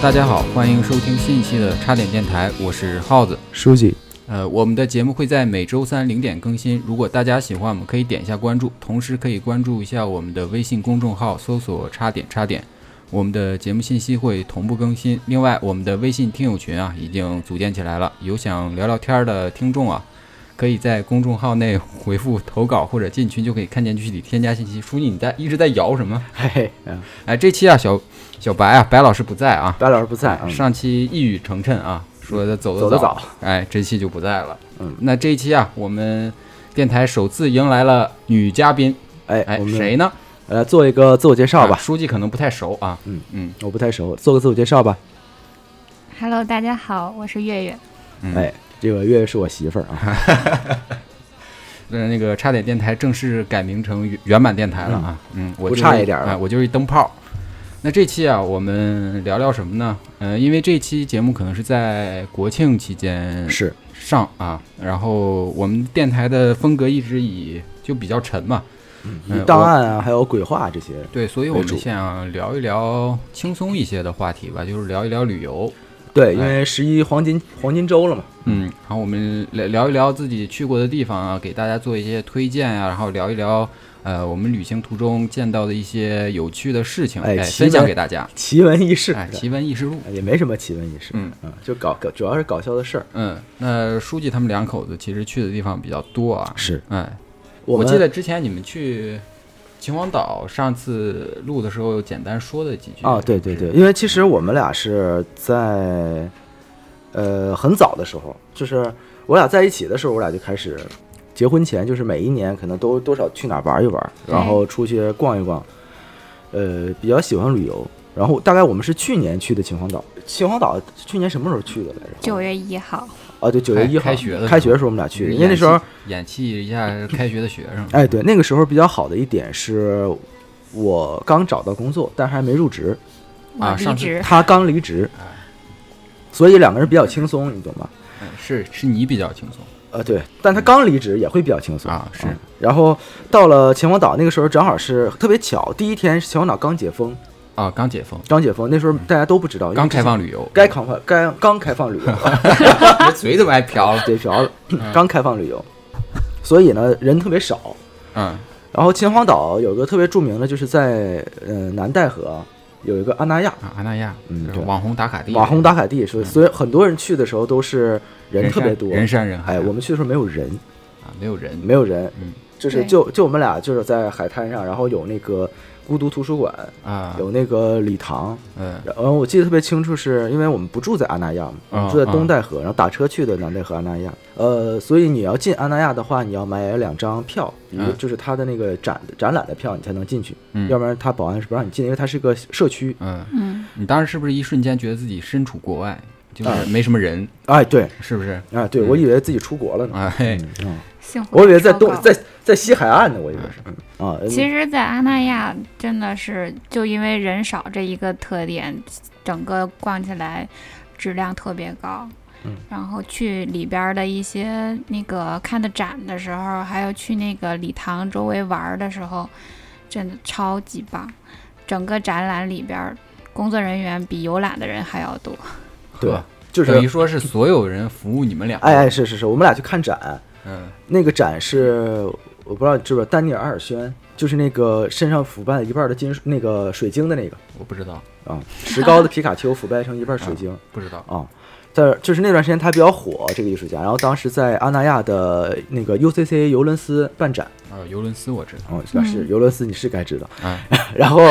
大家好，欢迎收听新一期的插点电台，我是耗子书记。 我们的节目会在每周三0点更新，如果大家喜欢，我们可以点一下关注，同时可以关注一下我们的微信公众号，搜索插点，我们的节目信息会同步更新。另外，我们的微信听友群已经组建起来了，有想聊聊天的听众可以在公众号内回复投稿或者进群就可以看见具体添加信息。书记，你一直在摇什么？这期小白白老师不在白老师不在， 上期一语成谶说他走得早，这期就不在了。那这一期我们电台首次迎来了女嘉宾，谁呢？ 做一个自我介绍吧。 书记可能不太熟我不太熟，做个自我介绍吧。 Hello， 大家好，我是月月。 这个月月是我媳妇儿那个差点电台正式改名成圆满电台了我不差一点我就是一灯泡。那这期我们聊聊什么呢？因为这期节目可能是在国庆期间上然后我们电台的风格一直就比较沉嘛， 档案还有鬼话这些。 对，所以我们想聊一聊轻松一些的话题吧，就是聊一聊旅游。 对，因为11黄金周了嘛。 然后我们聊一聊自己去过的地方给大家做一些推荐然后聊一聊我们旅行途中见到的一些有趣的事情，分享给大家。 奇闻异事， 奇闻异事录也没什么奇闻异事，就主要是搞笑的事儿。 那书记他们两口子其实去的地方比较多是， 我记得之前你们去秦皇岛，上次录的时候简单说了几句。 对，因为其实我们俩是在很早的时候，就是我俩在一起的时候，我俩就开始。结婚前就是每一年可能都多少去哪儿玩一玩，然后出去逛一逛，比较喜欢旅游。然后大概我们是去年去的秦皇岛。秦皇岛去年什么时候去的来着 ？9月1号。 对，9月1号开学的时候我们俩去的，因为那时候演戏一下开学的学生。 对，那个时候比较好的一点是我刚找到工作，但还没入职离职， 他刚离职，所以两个人比较轻松，你懂吗？ 是你比较轻松。 对，但他刚离职也会比较轻松是。 然后到了秦皇岛那个时候，正好是特别巧，第一天秦皇岛刚解封刚解封， 那时候大家都不知道， 刚开放旅游， 刚开放旅游， 嘴怎么还瓢了？ 对，瓢了，刚开放旅游，所以呢人特别少，然后秦皇岛有个特别著名的，就是在南戴河有一个安纳亚， 网红打卡地，所以很多人去的时候都是人特别多， 人山人海。 我们去的时候没有人没有人， 就是就我们俩就是在海滩上，然后有那个孤独图书馆有那个礼堂，然后我记得特别清楚，是因为我们不住在安纳亚嘛，我们住在东戴河，然后打车去的南戴河安纳亚，所以你要进安纳亚的话，你要买2张票，一个就是他的那个展览的票，你才能进去，要不然他保安是不让你进，因为它是个社区。 你当时是不是一瞬间觉得自己身处国外，就是没什么人？ 对， 是不是？ 对，我以为自己出国了呢。 我以为在西海岸呢，我以为是。 其实，在阿那亚真的是就因为人少这一个特点，整个逛起来质量特别高。然后去里边的一些那个看的展的时候，还有去那个礼堂周围玩的时候，真的超级棒。整个展览里边工作人员比游览的人还要多。 对，就是等于说是所有人服务你们俩。 是，我们俩去看展。那个展是我不知道你知不知道，丹尼尔·阿尔宣，就是那个身上腐败了一半的那个水晶的那个。 我不知道石膏的皮卡丘腐败成一半水晶。 不知道就是那段时间他比较火，这个艺术家。然后当时在阿那亚的那个 UCC 尤伦斯办展。 尤伦斯我知道。 是尤伦斯，你是该知道。然后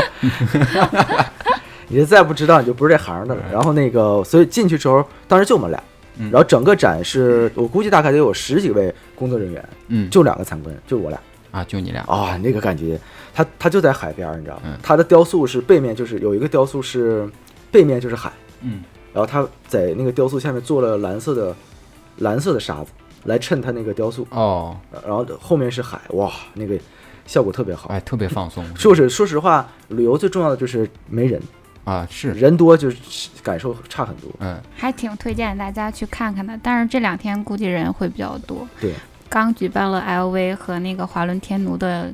你再不知道你就不是这行的了。然后那个所以进去之后，当时就我们俩。然后整个展是我估计大概得有10几位工作人员，就2个参观人，就我俩就你俩那个感觉，他就在海边，你知道吗？他的雕塑是背面，就是有一个雕塑是背面就是海，然后他在那个雕塑下面做了蓝色的沙子来衬他那个雕塑然后后面是海，哇，那个效果特别好， 特别放松。 就是说实话，旅游最重要的就是没人。 是人多就是感受差很多。 还挺推荐大家去看看的，但是这2天估计人会比较多。 对， 刚举办了 LV 和那个华伦天奴的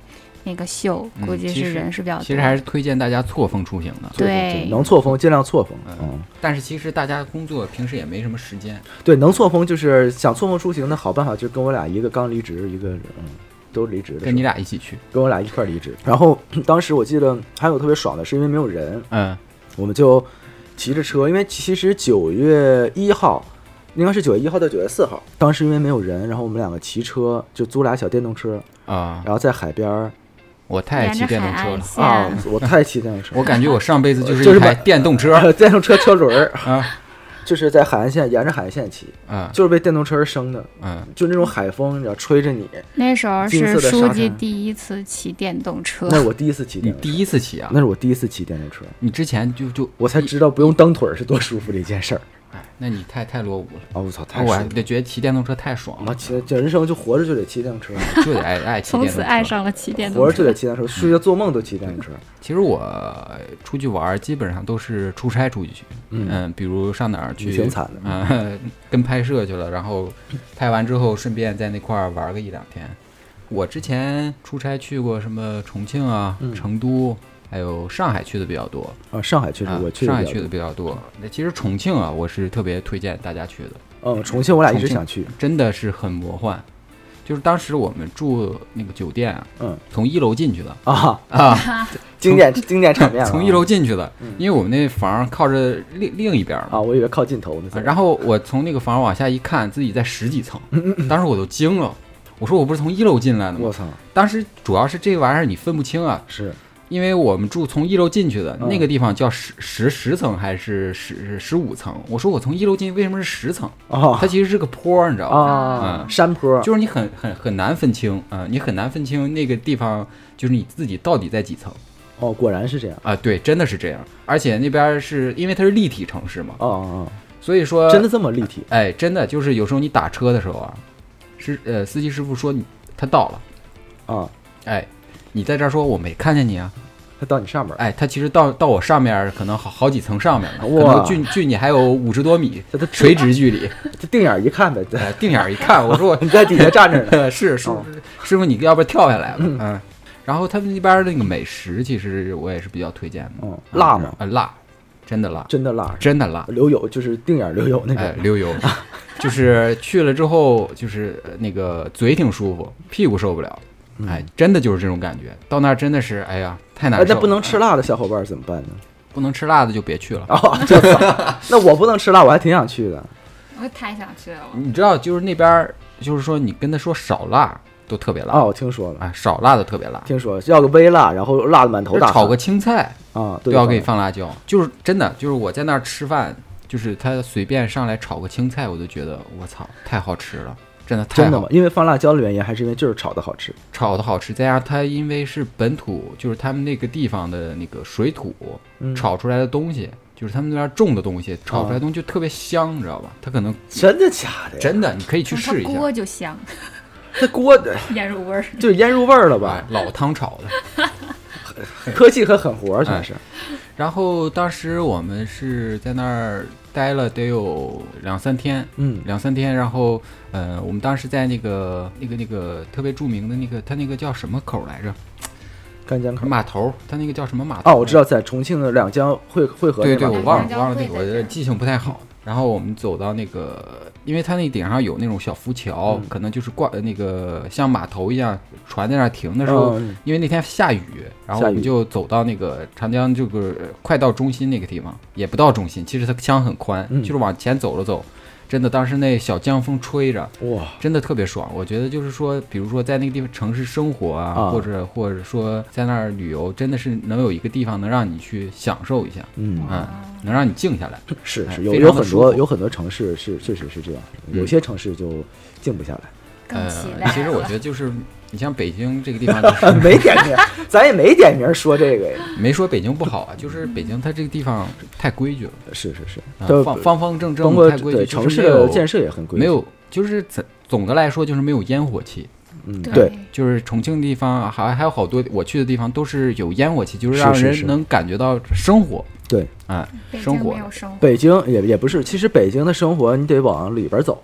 那个秀，估计是人是比较多。 其实还是推荐大家错峰出行的。 对， 能错峰尽量错峰。 但是其实大家工作平时也没什么时间。 对，能错峰就是想错峰出行的好办法，就跟我俩一个刚离职，一个都离职的， 跟你俩一起去， 跟我俩一块离职。然后当时我记得还有特别爽的是，因为没有人，我们就骑着车，因为其实9月1号。应该是9月1号到9月4号，当时因为没有人，然后我们两个骑车就租俩小电动车然后在海边。 我太爱骑电动车了啊！我太骑电动车， 我感觉我上辈子就是一台电动车， 电动车车轮就是在海岸线沿着海岸线骑就是为电动车而生的就那种海风，你知道吹着你。 那时候是书记第一次骑电动车， 那是我第一次骑电动车。 你第一次骑啊？ 那是我第一次骑电动车。 你之前就我才知道不用蹬腿是多舒服的一件事儿。 那你太落伍了我操！太爽了！ 我觉得骑电动车太爽了。 人生就活着就得骑电动车， 就得爱骑电动车。 从此爱上了骑电动车， 活着就得骑电动车，睡觉做梦都骑电动车。 其实我出去玩基本上都是出差出去比如上哪儿去， 挺惨的跟拍摄去了，然后拍完之后顺便在那块儿玩个1-2天。我之前出差去过什么重庆啊、成都。还有上海去的比较多上海确实我去上海去的比较多。那其实重庆我是特别推荐大家去的。重庆我俩一直想去， 真的是很魔幻。就是当时我们住那个酒店从1楼进去的经典场面。 从1楼进去的，因为我们那房靠着另一边我以为靠尽头呢。 然后我从那个房往下一看，自己在10几层，当时我都惊了。我说我不是从1楼进来的吗？ 我操！ 当时主要是这个玩意儿你分不清是。 因为我们住从1楼进去的那个地方叫10层还是15层？我说我从1楼进去为什么是10层？它其实是个坡，你知道吗？ 山坡， 就是你很难分清你很难分清那个地方就是你自己到底在几层。 果然是这样对，真的是这样。而且那边是因为它是立体城市嘛所以说真的这么立体？ 真的就是有时候你打车的时候司机师傅说他到了你在这儿说我没看见你啊， 他到你上面他其实到我上面可能好几层上面呢，可能距你还有50多米垂直距离。 这定眼一看呗， 定眼一看，我说你在底下站着呢是师傅你要不要跳下来了然后他们那边那个美食其实我也是比较推荐的辣吗？ 辣，真的辣， 真的辣， 真的辣， 流油就是定眼流油那个流油就是去了之后就是那个嘴挺舒服，屁股受不了真的就是这种感觉。到那儿真的是太难受了。 那不能吃辣的小伙伴怎么办呢？ 不能吃辣的就别去了那我不能吃辣，我还挺想去的。 我太想去了。 你知道就是那边就是说你跟他说少辣都特别辣我听说了少辣的特别辣， 听说要个微辣，然后辣的满头大汗。 炒个青菜都要给你放辣椒，就是真的就是我在那儿吃饭，就是他随便上来炒个青菜，我都觉得我操太好吃了。真的太好， 真的吗？因为放辣椒的原因，还是因为就是炒的好吃？ 炒的好吃，再加上它因为是本土，就是他们那个地方的那个水土炒出来的东西，就是他们那边种的东西，炒出来的东西就特别香，你知道吧？它可能真的假的？ 真的，你可以去试一下。 锅就香， 这锅的腌入味儿， 就腌入味儿了吧？ 老汤炒的， 科技和狠活全是。 然后当时我们是在那儿待了得有2-3天，2-3天。然后我们当时在那个特别著名的那个，它那个叫什么口来着？ 赣江口码头，它那个叫什么码头？ 我知道，在重庆的两江汇合。 对，我忘了那个，我的记性不太好。然后我们走到那个，因为它那顶上有那种小浮桥，可能就是挂那个像码头一样，船在那儿停的时候，因为那天下雨，然后我们就走到那个长江这个快到中心那个地方，也不到中心，其实它江很宽，就是往前走了走。真的，当时那小江风吹着， 哇， 真的特别爽。我觉得就是说，比如说在那个地方城市生活或者说在那儿旅游，真的是能有一个地方能让你去享受一下，能让你静下来。 是有很多城市是确实是这样，有些城市就静不下来。 其实我觉得就是你像北京这个地方，就是没点名，咱也没点名说这个呀， 没说北京不好啊，就是北京它这个地方太规矩了， 是， 方正太规矩， 城市的建设也很规矩， 没有，就是总的来说就是没有烟火气。 对， 就是重庆地方还有好多我去的地方都是有烟火气，就是让人能感觉到生活。 对， 生活。 北京也不是，其实北京的生活你得往里边走。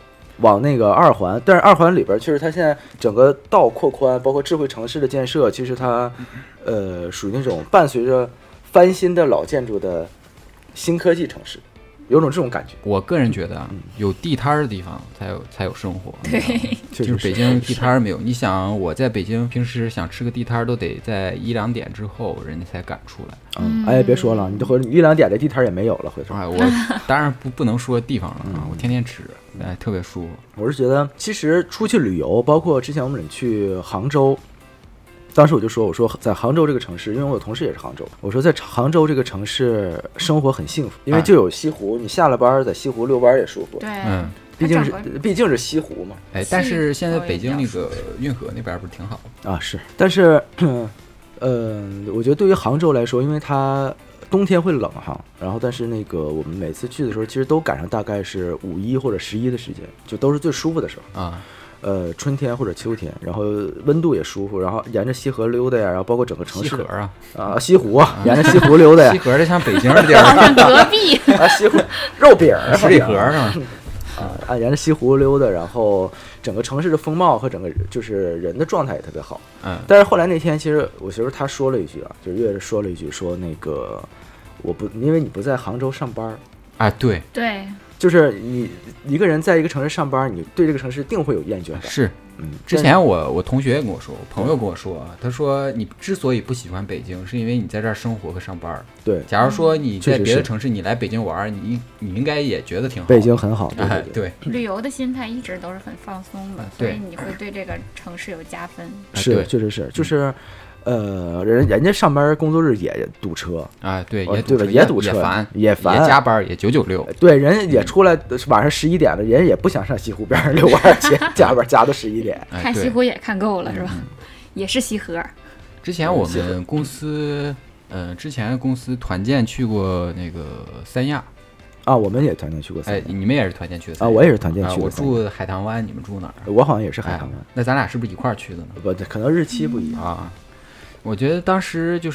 往那个2环，但是2环里边确实它现在整个道扩宽，包括智慧城市的建设，其实它属于那种伴随着翻新的老建筑的新科技城市，有种这种感觉。 我个人觉得啊，有地摊的地方才有生活。 对， 就是北京地摊没有。你想我在北京平时想吃个地摊都得在1-2点之后人家才敢出来。 哎，别说了，你回1-2点这地摊也没有了，回头。 我当然不能说地方了啊，我天天吃，哎，特别舒服。 我是觉得其实出去旅游，包括之前我们去杭州。当时我说在杭州这个城市，因为我有同事也是杭州，我说在杭州这个城市生活很幸福，因为就有西湖，你下了班在西湖遛弯也舒服。 对， 毕竟是西湖嘛。 哎，但是现在北京那个运河那边不是挺好啊？是，但是我觉得对于杭州来说，因为它冬天会冷哈，然后但是那个我们每次去的时候，其实都赶上大概是5·1或者11的时间，就都是最舒服的时候啊。春天或者秋天，然后温度也舒服，然后沿着西河溜达呀，然后包括整个城市。 西河西湖啊，沿着西湖溜达呀。 西河这像北京的地儿。 隔壁啊，西湖肉饼十里河上沿着西湖溜达，然后整个城市的风貌和整个就是人的状态也特别好。但是后来那天，其实我媳妇她说了一句啊，就是月说了一句，说那个因为你不在杭州上班啊，对。 就是你一个人在一个城市上班，你对这个城市定会有厌倦感。 是，之前我同学也跟我说，我朋友跟我说，他说你之所以不喜欢北京，是因为你在这儿生活和上班。 对， 假如说你在别的城市，你来北京玩，你应该也觉得挺好。 北京很好， 对。 旅游的心态一直都是很放松的，所以你会对这个城市有加分。 是，确实是，就是。人家上班工作日也堵车啊，对， 对吧？也堵车，也烦， 也加班，也996。 对，人也出来晚上11点了，人也不想上西湖边遛弯去，加班加到11点。 看西湖也看够了是吧？也是西河。 之前我们公司，之前公司团建去过那个三亚。 啊，我们也团建去过三亚。 哎，你们也是团建去的啊？我也是团建去的。 我住海棠湾，你们住哪儿？ 我好像也是海棠湾。 那咱俩是不是一块儿去的呢？ 不，可能日期不一样啊。我觉得当时就是，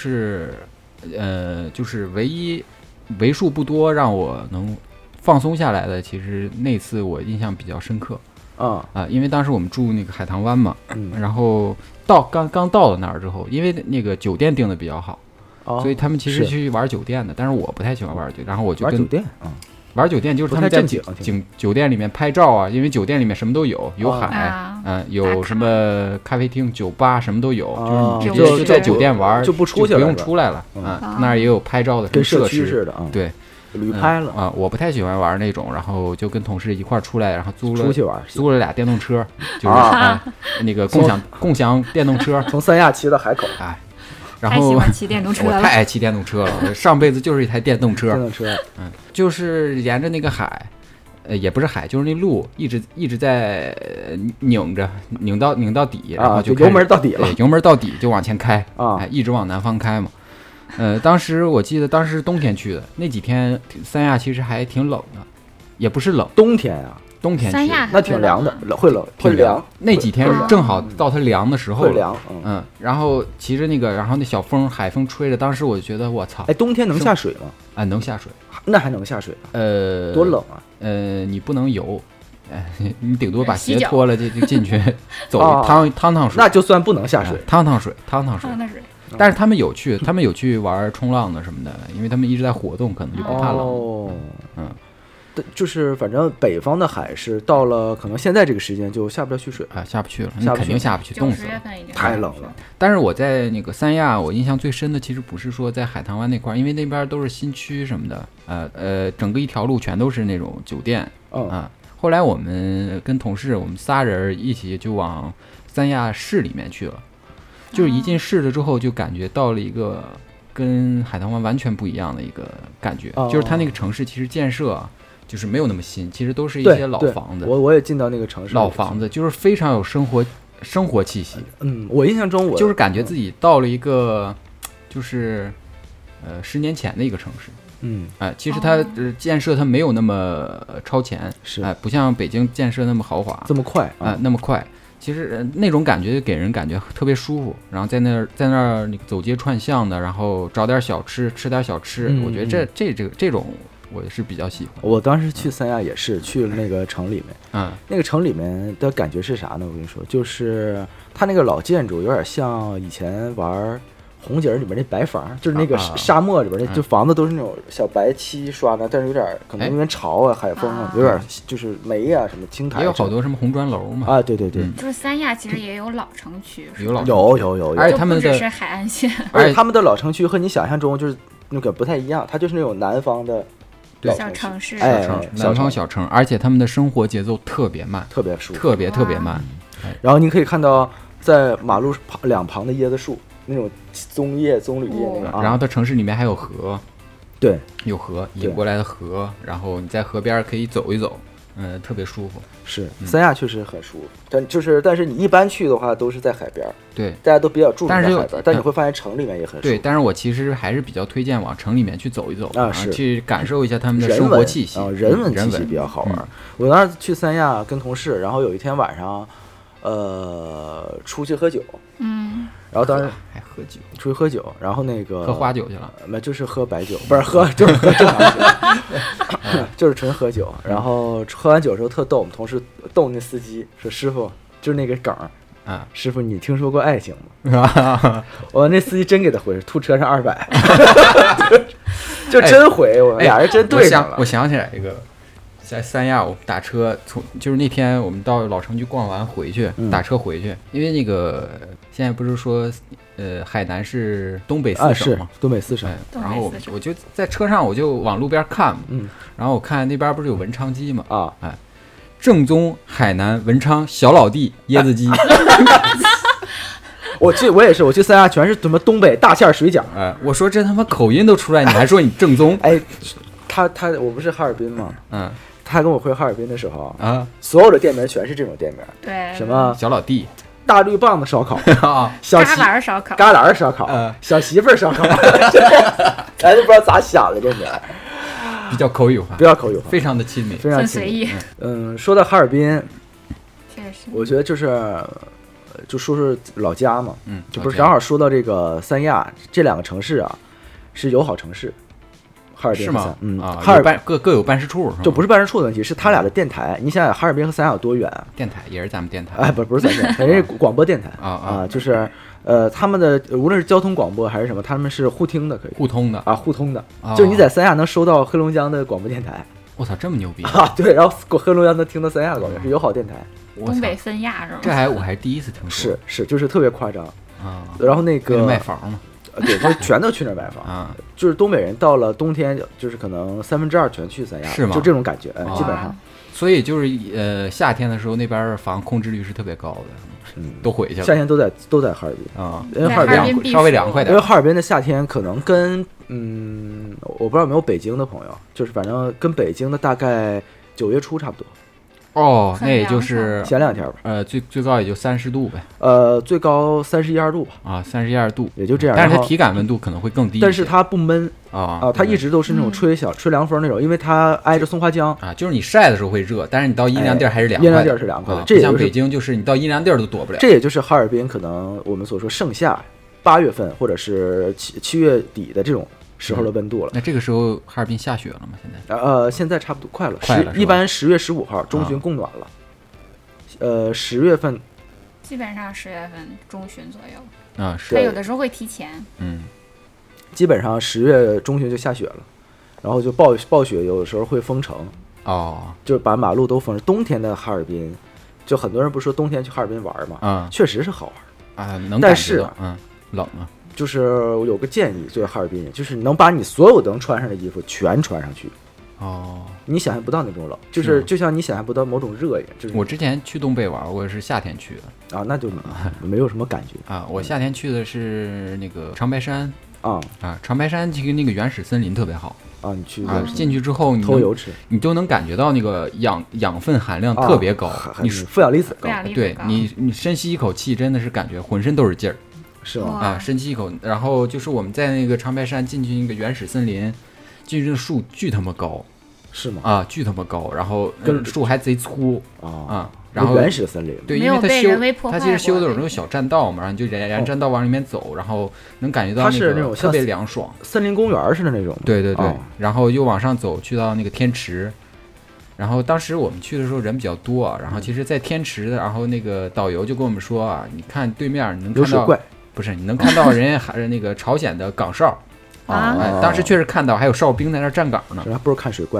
就是为数不多让我能放松下来的，其实那次我印象比较深刻因为当时我们住那个海棠湾嘛，然后刚到了那儿之后，因为那个酒店订的比较好，所以他们其实去玩酒店的，但是我不太喜欢玩酒店，然后我就跟玩酒店就是他们在酒店里面拍照啊，因为酒店里面什么都有，有海，有什么咖啡厅、酒吧，什么都有，就是你直接就在酒店玩， 就不用出来了那儿也有拍照的跟设施似的对， 旅拍了我不太喜欢玩那种，然后就跟同事一块出来，然后租了2电动车，就是那个共享电动车， 从三亚骑到海口， 然后太喜欢骑电动车了， 我太爱骑电动车了，上辈子就是一台电动车。就是沿着那个海，也不是海，就是那路一直在拧到底，然后就油门到底了， 油门到底就往前开一直往南方开嘛。当时我记得当时是冬天去的，那几天三亚其实还挺冷的，也不是冷， 冬天三亚那挺凉的，会凉。 那几天正好到它凉的时候， 会凉。 然后骑着那个，然后那小风，海风吹着，当时我就觉得我操！ 哎，冬天能下水吗？ 能下水。 那还能下水？多冷啊！ 你不能游，你顶多把鞋脱了就进去走趟水。 那就算不能下水， 趟水。但是他们有去玩冲浪的什么的，因为他们一直在活动，可能就不怕冷。 就是反正北方的海是到了可能现在这个时间就下不了去水下不去了，肯定下不去，冻死了， 太冷了。 但是我在那个三亚，我印象最深的其实不是说在海棠湾那块，因为那边都是新区什么的，整个一条路全都是那种酒店后来我们跟同事，我们仨人一起就往三亚市里面去了，就是一进市了之后，就感觉到了一个跟海棠湾完全不一样的一个感觉，就是它那个城市其实建设就是没有那么新，其实都是一些老房子。 我也进到那个城市， 老房子就是非常有生活气息。 我印象中就是感觉自己到了一个就是10年前的一个城市。其实它建设它没有那么超前，不像北京建设那么豪华， 这么快那么快。其实那种感觉给人感觉特别舒服，然后在那儿走街串巷的，然后找点小吃，吃点小吃。我觉得这种我是比较喜欢。 我当时去三亚也是去了那个城里面，那个城里面的感觉是啥呢？我跟你说，就是它那个老建筑有点像以前玩红警里面那白房，就是那个沙漠里边那就房子都是那种小白漆刷的，但是有点可能因为潮啊、海风啊，有点就是煤啊什么青苔， 也有好多什么红砖楼嘛。 啊，对， 就是三亚其实也有老城区， 有， 而且他们的是海岸线， 而且他们的老城区和你想象中就是那个不太一样，它就是那种南方的小城市， 南方小城，而且他们的生活节奏特别慢， 特别舒服， 特别慢。 然后你可以看到在马路两旁的椰子树。那种棕榈叶那个， 然后它城市里面还有河， 对， 有河引过来的河，然后你在河边可以走一走，特别舒服。 是，三亚确实很舒服，但是你一般去的话都是在海边， 对， 大家都比较注重在海边，但你会发现城里面也很舒服。 对，但是我其实还是比较推荐往城里面去走一走是去感受一下他们的生活气息人文气息比较好玩。我当时去三亚跟同事，然后有一天晚上，出去喝酒，然后当时还喝酒， 出去喝酒，然后那个喝花酒去了， 没，就是喝白酒，不是就是喝正常酒，就是纯喝酒。然后喝完酒的时候特逗，我们同事逗那司机说：“师傅，就是那个梗啊，师傅，你听说过爱情吗？”我那司机真给他回，吐车上200，就真回，我俩人真对上了。 我想起来一个。在三亚，我们打车就是那天我们到老城区逛完回去，打车回去，因为那个现在不是说，海南是东北4省嘛， 东北4省。 然后我就在车上，我就往路边看嘛，然后我看那边不是有文昌鸡嘛，正宗海南文昌小老弟椰子鸡。 我也是，我去三亚全是什么东北大馅水饺， 我说这他妈口音都出来，你还说你正宗？ 我不是哈尔滨嘛，他跟我回哈尔滨的时候所有的店名全是这种店名， 对， 什么小老弟、 大绿棒子烧烤、 旮旯烧烤、 旮旯烧烤、小媳妇儿烧烤，咱都不知道咋想的这名， 比较口语化，非常的亲民， 非常随意。 说到哈尔滨， 确实， 我觉得就说说老家嘛，就不是正好说到这个三亚这2个城市啊，是友好城市。哈尔滨是吗？ 哈尔滨各有办事处， 就不是办事处的问题，是他俩的电台。你想想，哈尔滨和三亚有多远？ 电台也是咱们电台， 不是咱们电台，人家广播电台就是他们的无论是交通广播还是什么，他们是互听的，可以互通的， 就是你在三亚能收到黑龙江的广播电台。 我操，这么牛逼对，然后黑龙江能听到三亚的广播，是友好电台。 东北分亚是吗？ 这我还第一次听说。 是，就是特别夸张然后那个卖房嘛。 对，就全都去那儿买房就是东北人到了冬天，就是可能2/3全去三亚， 是吗？ 就这种感觉，基本上。 所以就是夏天的时候，那边房空置率是特别高的，都回去了。 夏天都在哈尔滨因为哈尔滨稍微凉快点。 因为哈尔滨的夏天可能跟我不知道有没有北京的朋友，就是反正跟北京的大概9月初差不多。 那也就是前2天吧。 最高也就30度呗。 最高31、2度吧。 31、2度， 也就这样。 但是它体感温度可能会更低。 但是它不闷它一直都是那种吹凉风那种，因为它挨着松花江就是你晒的时候会热，但是你到阴凉地还是凉快的。 阴凉地是凉快的。 这像北京，就是你到阴凉地都躲不了。 这也就是哈尔滨可能我们所说盛夏8月份或者是7月底的这种时候的温度了。 那这个时候哈尔滨下雪了吗？现在现在差不多快了，一般10月15号中旬供暖了。10月份， 基本上10月份中旬左右它有的时候会提前。 基本上10月中旬就下雪了，然后就暴雪，有的时候会封城就把马路都封。冬天的哈尔滨，就很多人不是说冬天去哈尔滨玩嘛，确实是好玩能但是冷就是有个建议，作为哈尔滨人，就是能把你所有能穿上的衣服全穿上去。你想象不到那种冷，就像你想象不到某种热一样。就是我之前去东北玩，我是夏天去的那就没有什么感觉我夏天去的是那个长白山长白山这个那个原始森林特别好你去进去之后偷油吃， 你都能感觉到那个养分含量特别高，你负氧离子高， 对你深吸一口气，真的是感觉浑身都是劲儿， 是吗？ 深吸一口，然后就是我们在那个长白山进去那个原始森林。进去的树巨他妈高， 是吗？ 巨他妈高，然后树还贼粗然后原始森林， 对，因为它其实修的有那种小栈道嘛，然后你就沿栈道往里面走，然后能感觉到它是那种特别凉爽， 森林公园似的那种。 对对对，然后又往上走去到那个天池，然后当时我们去的时候人比较多啊，然后其实，在天池的，然后那个导游就跟我们说啊，你看对面你能看到有水怪， 不是你能看到人家还是那个朝鲜的岗哨。 啊！ 当时确实看到还有哨兵在那站岗呢， 还不如看水怪。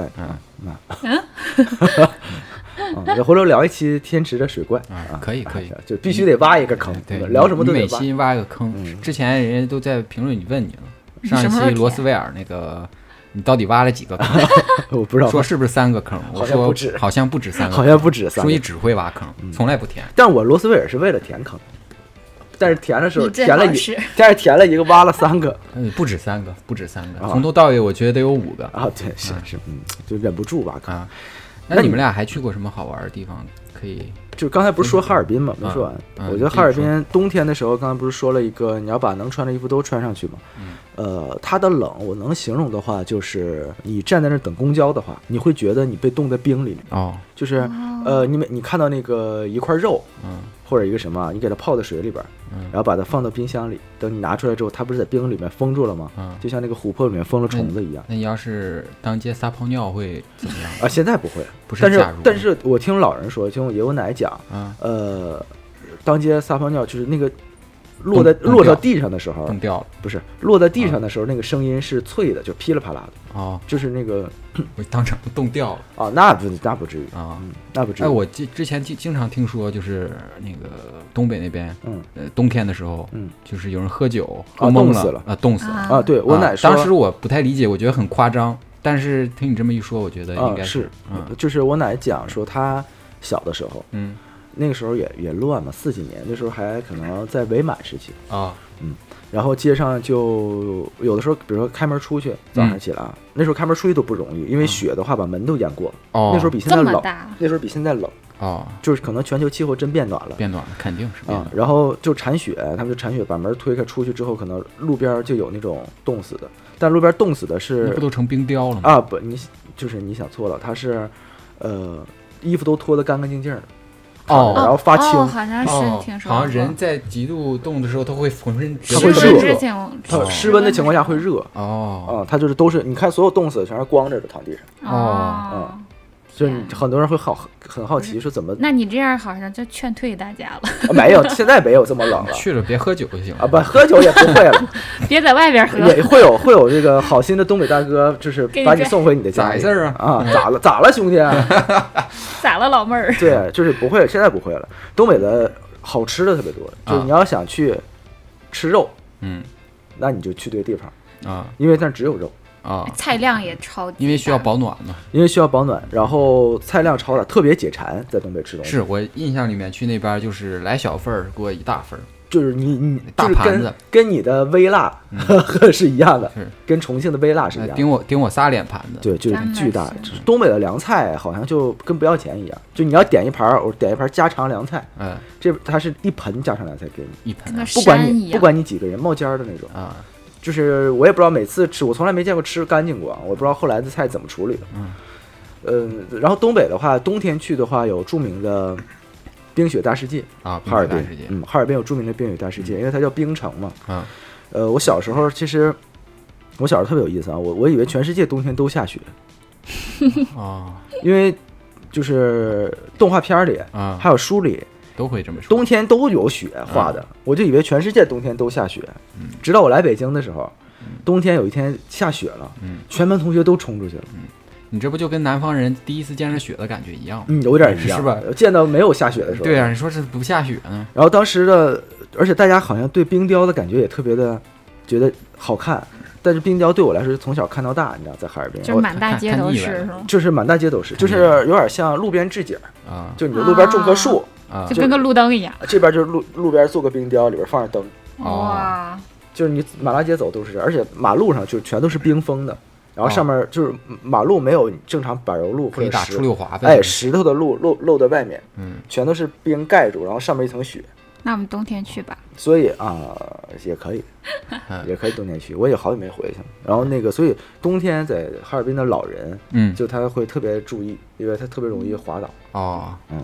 回头聊一期天池的水怪可以， 就必须得挖一个坑。 对， 聊什么都得每期挖一个坑。之前人家都在评论里问你了，上一期罗斯威尔那个，你到底挖了几个坑？ 我不知道， 说是不是3个坑？我说好像不止3个， 好像不止3个。 说你只会挖坑，从来不填。 但我罗斯威尔是为了填坑。但是填的时候填了一个，挖了3个， 不止3个，从头到尾我觉得得有5个啊。对，是，就忍不住挖坑。 那你们俩还去过什么好玩的地方？可以， 就刚才不是说哈尔滨嘛，没说完。我觉得哈尔滨冬天的时候，刚才不是说了一个，你要把能穿的衣服都穿上去嘛。它的冷，我能形容的话，就是你站在那等公交的话，你会觉得你被冻在冰里面。就是你看到那个一块肉，或者一个什么，你给它泡在水里边，然后把它放到冰箱里，等你拿出来之后，它不是在冰里面封住了吗？就像那个琥珀里面封了虫子一样。 那你要是当街撒泡尿会怎么样啊？现在不会， 不是。 但是我听老人说，听我爷我奶讲，当街撒泡尿就是那个落到地上的时候， 冻掉了， 不是落在地上的时候，那个声音是脆的，就噼里啪啦的。就是那个我当场冻掉了啊！那不至于啊，那不至于。 我之前经常听说，就是那个东北那边，冬天的时候，就是有人喝酒喝懵了，冻死了啊！对我奶说， 当时我不太理解，我觉得很夸张，但是听你这么一说，我觉得应该是，就是我奶讲说，她小的时候，那个时候也乱嘛，40几年，那时候还可能在伪满时期啊， 然后街上就有的时候，比如说开门出去，早上起来，那时候开门出去都不容易，因为雪的话把门都淹过了。那时候比现在冷，那时候比现在冷就是可能全球气候真变暖了， 肯定是变暖。 然后就铲雪，他们就铲雪，把门推开出去之后，可能路边就有那种冻死的，但路边冻死的是那不都成冰雕了吗？ 啊，不，你想错了，他是衣服都脱得干干净净的。然后发青， 好像是听说， 好像人在极度冻的时候，他会浑身它会热， 它湿温的情况下会热。它就是都是，你看所有冻死的全是光着的躺地上。 就是很多人会很好奇说怎么？ 那你这样好像就劝退大家了。 没有，现在没有这么冷了。 去了别喝酒就行啊，不喝酒也不会了， 别在外边喝。 也会有这个好心的东北大哥，就是把你送回你的家。 咋回事啊？ 咋了兄弟？ 咋了老妹儿？ 对，就是不会，现在不会了。东北的好吃的特别多，就是你要想去吃肉，那你就去对地方啊， 因为那只有肉。 菜量也超级， 因为需要保暖嘛。 然后菜量超大，特别解馋，在东北吃东西。 是我印象里面去那边就是来小份儿，给我一大份儿， 就是你大盘子， 跟你的微辣是一样的，跟重庆的微辣是一样的。 顶我仨脸盘子， 对，就是巨大。东北的凉菜好像就跟不要钱一样，就你要点一盘，我点一盘家常凉菜，它是一盆家常凉菜给你， 一盆， 不管你几个人，冒尖的那种啊。就是我也不知道每次吃，我从来没见过吃干净过，我不知道后来的菜怎么处理的。然后东北的话，冬天去的话有著名的冰雪大世界啊， 哈尔滨，哈尔滨有著名的冰雪大世界，因为它叫冰城嘛。我小时候特别有意思啊，我以为全世界冬天都下雪因为就是动画片里还有书里。 都会这么说， 冬天都有雪画的，我就以为全世界冬天都下雪。直到我来北京的时候，冬天有一天下雪了，全班同学都冲出去了。 你这不就跟南方人第一次见着雪的感觉一样吗？ 有点一样，是吧？见到没有下雪的时候。 对啊，你说是不下雪呢？ 然后当时的，而且大家好像对冰雕的感觉也特别的觉得好看。但是冰雕对我来说从小看到大，你知道，在哈尔滨就是满大街都是，是吗？ 就是满大街都是，就是有点像路边置景啊，就你路边种棵树。 就跟个路灯一样， 这边就是路边做个冰雕，里边放着灯。 哇！ 就是你满大街走都是这样，而且马路上就全都是冰封的，然后上面就是马路没有正常柏油路或者打出溜滑的，石头的路露在外面，全都是冰盖住，然后上面一层雪。 那我们冬天去吧。 所以也可以，也可以冬天去。我也好久没回去了。然后所以冬天在哈尔滨的老人，就他会特别注意，因为他特别容易滑倒。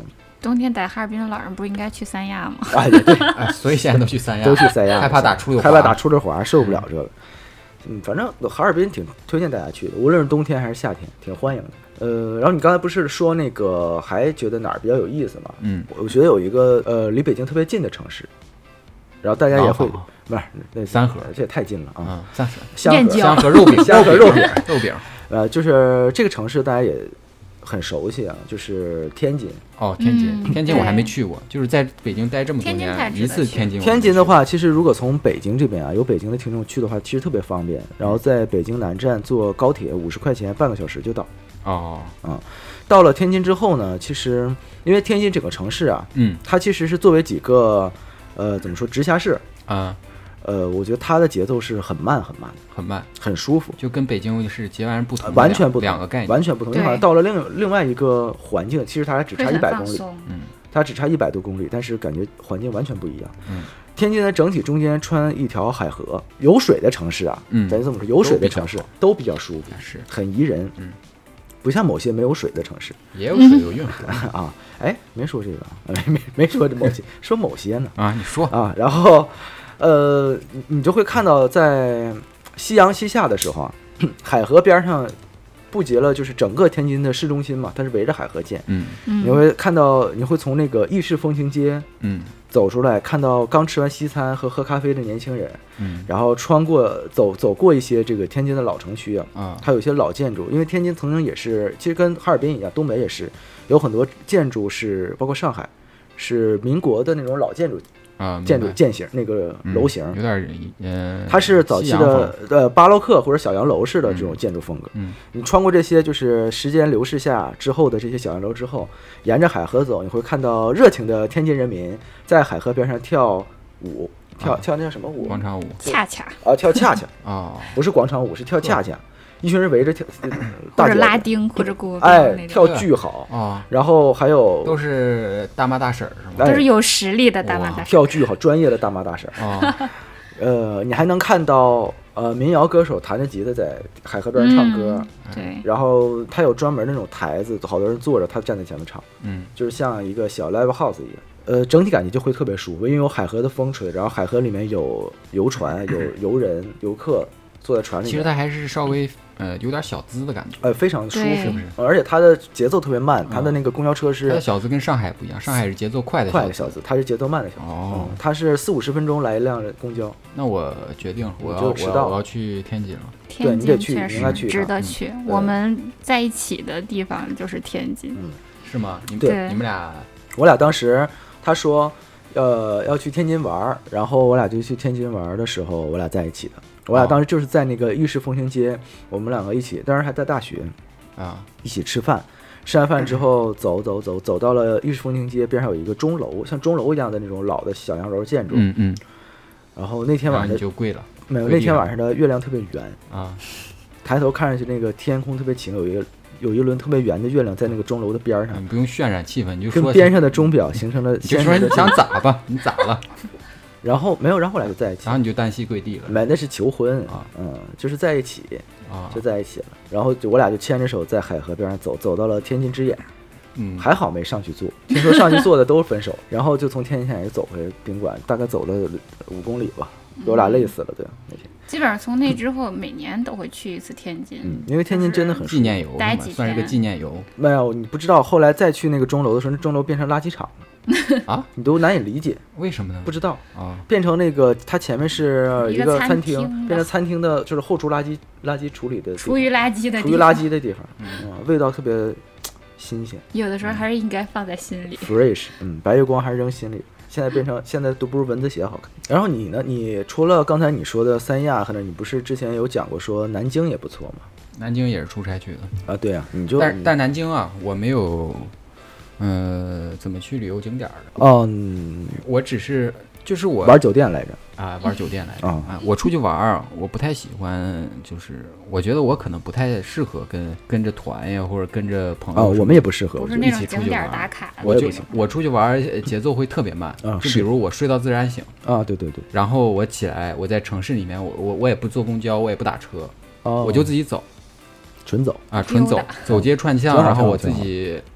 冬天在哈尔滨的老人不是应该去三亚吗？ 对， 所以现在都去三亚， 都去三亚， 害怕打出溜滑，受不了这个。反正哈尔滨挺推荐大家去的，无论是冬天还是夏天，挺欢迎的。然后你刚才不是说那个还觉得哪儿比较有意思吗？我觉得有一个离北京特别近的城市，然后大家也会不是那三河， 这也太近了啊！ 香河肉饼， 就是这个城市大家也很熟悉啊，就是天津。 天津我还没去过，就是在北京待这么多年，一次天津。 天津的话，其实如果从北京这边啊，有北京的听众去的话，其实特别方便。然后在北京南站坐高铁50块钱，半个小时就到。到了天津之后呢，其实因为天津整个城市啊，它其实是作为几个怎么说直辖市啊。 我觉得它的节奏是很慢，很舒服， 就跟北京是截然不同， 完全不同， 两个概念， 完全不同。你好像到了另外一个环境，其实它还只差100公里，它只差100多公里，但是感觉环境完全不一样。天津的整体中间穿一条海河，有水的城市啊，咱这么说，有水的城市都比较舒服， 是很宜人，不像某些没有水的城市， 也有水有运河啊。哎，没说这个，没说这某些，说某些呢啊，你说啊，然后。你就会看到在夕阳西下的时候啊，海河边上布结了就是整个天津的市中心嘛，它是围着海河建。你会看到，你会从那个意式风情街走出来，看到刚吃完西餐和喝咖啡的年轻人，然后走过一些这个天津的老城区啊，它有一些老建筑，因为天津曾经也是，其实跟哈尔滨一样，东北也是有很多建筑是，包括上海是民国的那种老建筑。建型那个楼型有点它是早期的巴洛克或者小洋楼式的这种建筑风格。你穿过这些就是时间流逝下之后的这些小洋楼之后，沿着海河走，你会看到热情的天津人民在海河边上跳舞，跳那叫什么舞？ 广场舞， 恰恰跳恰恰不是广场舞，是跳恰恰。一群人围着跳， 或者拉丁或者鼓， 跳巨好啊！ 然后还有都是大妈大婶是吗？ 都是有实力的大妈大婶， 跳巨好，专业的大妈大婶啊。你还能看到民谣歌手弹着吉他在海河边唱歌， 对。 然后他有专门那种台子，好多人坐着，他站在前面唱，就是像一个小 live house 一样。整体感觉就会特别舒服，因为有海河的风吹，然后海河里面有游船，有游人、游客坐在船里面。 其实它还是稍微有点小资的感觉， 非常舒服，是不是？而且它的节奏特别慢，它的那个公交车是它的小资跟上海不一样，上海是节奏快的小资，它是节奏慢的小资。它是40-50分钟来一辆公交。 那我决定我要去天津了。 天津确实值得去。 我们在一起的地方就是天津， 是吗？你们俩， 我俩当时他说要去天津玩，然后我俩就去天津玩的时候，我俩在一起的。我俩当时就是在那个意式风情街，我们两个一起，当时还在大学一起吃饭。吃完饭之后走到了意式风情街边上有一个钟楼，像钟楼一样的那种老的小洋楼建筑。然后那天晚上就跪了， 没有，那天晚上的月亮特别圆抬头看上去那个天空特别晴，有一轮特别圆的月亮在那个钟楼的边上。 你不用渲染气氛，你就说跟边上的钟表形成了。 你就说你想咋吧，你咋了？ 然后没有，然后后来就在一起， 然后你就单膝跪地了。 没，那是求婚就是在一起就在一起了。然后我俩就牵着手在海河边上走到了天津之眼。还好没上去坐，听说上去坐的都是分手。然后就从天津县走回宾馆，大概走了5公里吧，我俩累死了。对，那天基本上从那之后每年都会去一次天津。 因为天津真的很纪念游， 待几天算是个纪念游。 没有，你不知道，后来再去那个钟楼的时候，那钟楼变成垃圾场了。你都难以理解为什么呢？ 不知道变成那个它前面是一个餐厅，变成餐厅的就是后厨垃圾处理的厨余垃圾的地方，味道特别新鲜。 有的时候还是应该放在心里 fresh。白月光还是扔心里。现在都不如蚊子血好看。然后你呢？你除了刚才你说的三亚，可能你不是之前有讲过说南京也不错吗？ 南京也是出差去的对啊， 但南京我没有怎么去旅游景点的我只是就是我玩酒店来着玩酒店来着我出去玩我不太喜欢，就是我觉得我可能不太适合跟着团呀，或者跟着朋友我们也不适合， 不是那种景点打卡。 我出去玩节奏会特别慢就比如我睡到自然醒对， 然后我起来，我在城市里面我也不坐公交，我也不打车我就自己走， 纯走走街串巷，然后我自己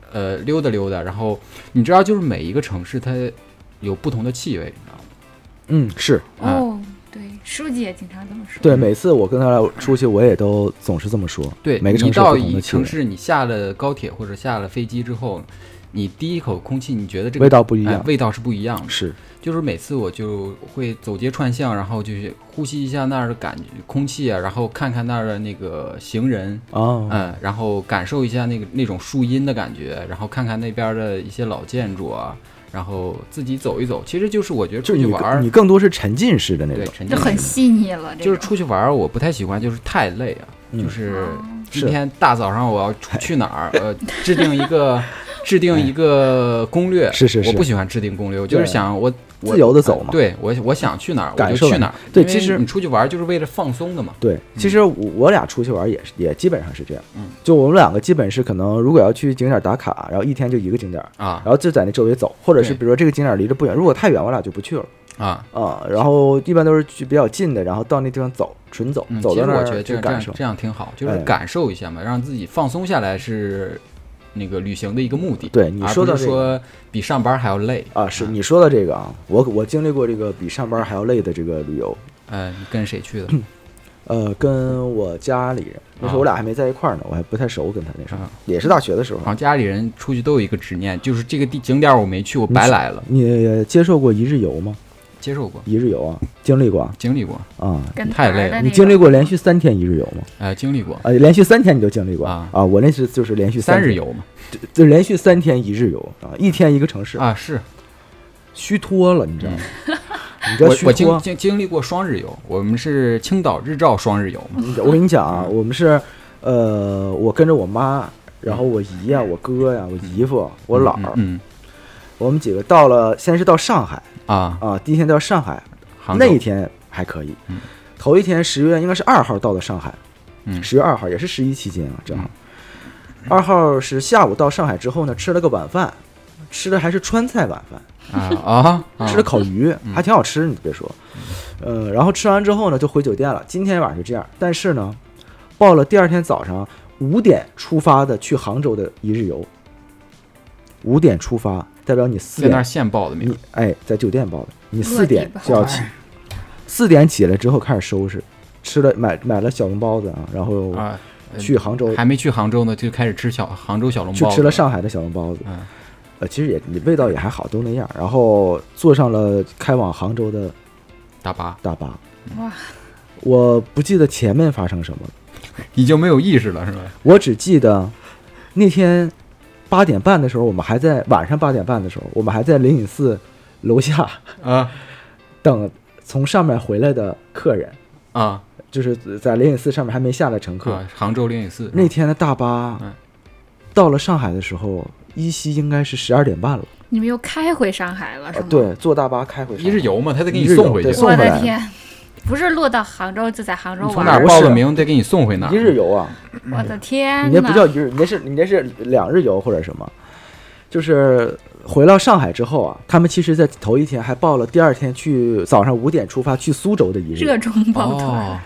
溜达溜达，然后你知道就是每一个城市它有不同的气味，你知道吗？ 是哦。对，书记也经常这么说。 对，每次我跟他出去，我也都总是这么说。 对， 每个城市你到一城市，你下了高铁或者下了飞机之后，你第一口空气，你觉得这个味道不一样， 味道是不一样的。 是， 就是每次我就会走街串巷，然后就是呼吸一下那儿的感觉空气啊，然后看看那儿的那个行人然后感受一下那种树荫的感觉，然后看看那边的一些老建筑啊。然后自己走一走，其实就是我觉得出去玩， 你更多是沉浸式的那种， 就很细腻了。 就是出去玩，我不太喜欢，就是太累啊。就是今天大早上我要去哪儿，制定一个攻略， 是， 我不喜欢制定攻略，我就是想我自由的走嘛。 对，我想去哪儿我就去哪儿。 对，其实你出去玩就是为了放松的嘛。 对，其实我俩出去玩也基本上是这样。就我们两个基本是可能如果要去景点打卡，然后一天就一个景点然后就在那周围走，或者是比如说这个景点离着不远，如果太远我俩就不去了。然后一般都是去比较近的，然后到那地方走，纯走，走到那儿我觉得这样挺好，就是感受一下嘛，让自己放松下来是那个旅行的一个目的。 对，你说的说比上班还要累是你说的这个我经历过这个比上班还要累的这个旅游。 你跟谁去的？ 跟我家里人，那时候我俩还没在一块儿呢，我还不太熟，跟他那时候也是大学的时候。 好像家里人出去都有一个执念，就是这个景点我没去，我白来了。 你接受过一日游吗？ 接受过一日游经历过太累了。 你经历过连续3天一日游吗？ 经历过连续3天你就经历过我那是就是连续 3日游嘛， 就连续3天一日游一天一个城市是虚脱了，你知道吗？ 我经历过双日游，我们是青岛日照双日游嘛。 我跟你讲我们是我跟着我妈，然后我姨呀、我哥呀、我姨夫、我姥儿，我们几个先是到上海第一天到上海，那一天还可以。头一天10月应该是2号到的上海，10月2号也是11期间正好。2号是下午到上海之后呢，吃了个晚饭，吃的还是川菜晚饭吃的烤鱼，还挺好吃，你别说。然后吃完之后呢，就回酒店了。今天晚上就这样，但是呢，报了第二天早上5点出发的去杭州的一日游。5点出发，代表你4点在那儿现报的名， 在酒店报的，你4点就要起，4点起来之后开始收拾，吃了买了小笼包子然后去杭州， 还没去杭州呢，就开始吃杭州小笼包子， 去吃了上海的小笼包子，其实味道也还好，都那样。然后坐上了开往杭州的大巴， 哇！ 我不记得前面发生什么了， 已经没有意识了，是吧？ 我只记得那天8点半的时候，晚上8点半的时候，我们还在灵隐寺楼下等从上面回来的客人就是在灵隐寺上面还没下来乘客杭州灵隐寺那天的大巴到了上海的时候，依稀应该是12点半了。 你们又开回上海了是吗？ 对，坐大巴开回上海。 一日游嘛，他得给你送回去。 我的天，不是落到杭州就在杭州玩， 从哪报的名得给你送回哪。 一日游我的天， 你那不叫一日，你那是2日游或者什么？就是回到上海之后他们其实在头一天还报了第二天去早上5点出发去苏州的一日热衷抱团。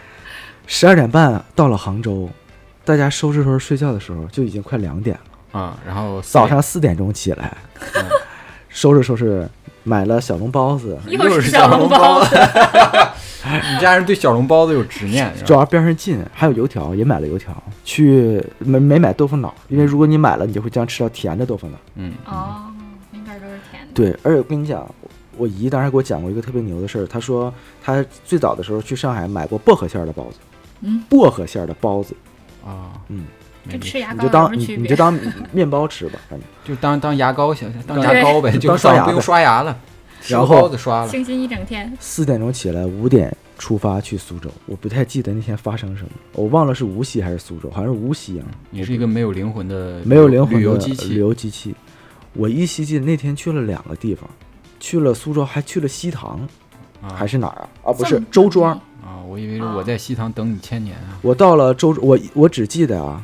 12点半到了杭州，大家收拾睡觉的时候就已经快2点了然后早上4点钟起来收拾买了小笼包子， 又是小笼包子你家人对小笼包子有执念， 主要边上近，还有油条，也买了油条。去没买豆腐脑，因为如果你买了，你就会将吃到甜的豆腐脑。 应该都是甜的。 对，而且我跟你讲，我姨当时给我讲过一个特别牛的事儿，她说她最早的时候去上海买过薄荷馅的包子，薄荷馅的包子跟吃牙膏你就当面包吃吧，反正就当牙膏行，当牙膏呗，就不用刷牙了， 然后包子刷了， 清新一整天。 4点钟起来，5点出发去苏州。我不太记得那天发生什么，我忘了是无锡还是苏州，好像是无锡你是一个没有灵魂的旅游机器。我依稀记得那天去了2个地方，去了苏州，还去了西塘，还是哪儿不是周庄我以为是我在西塘等你1000年我到了我只记得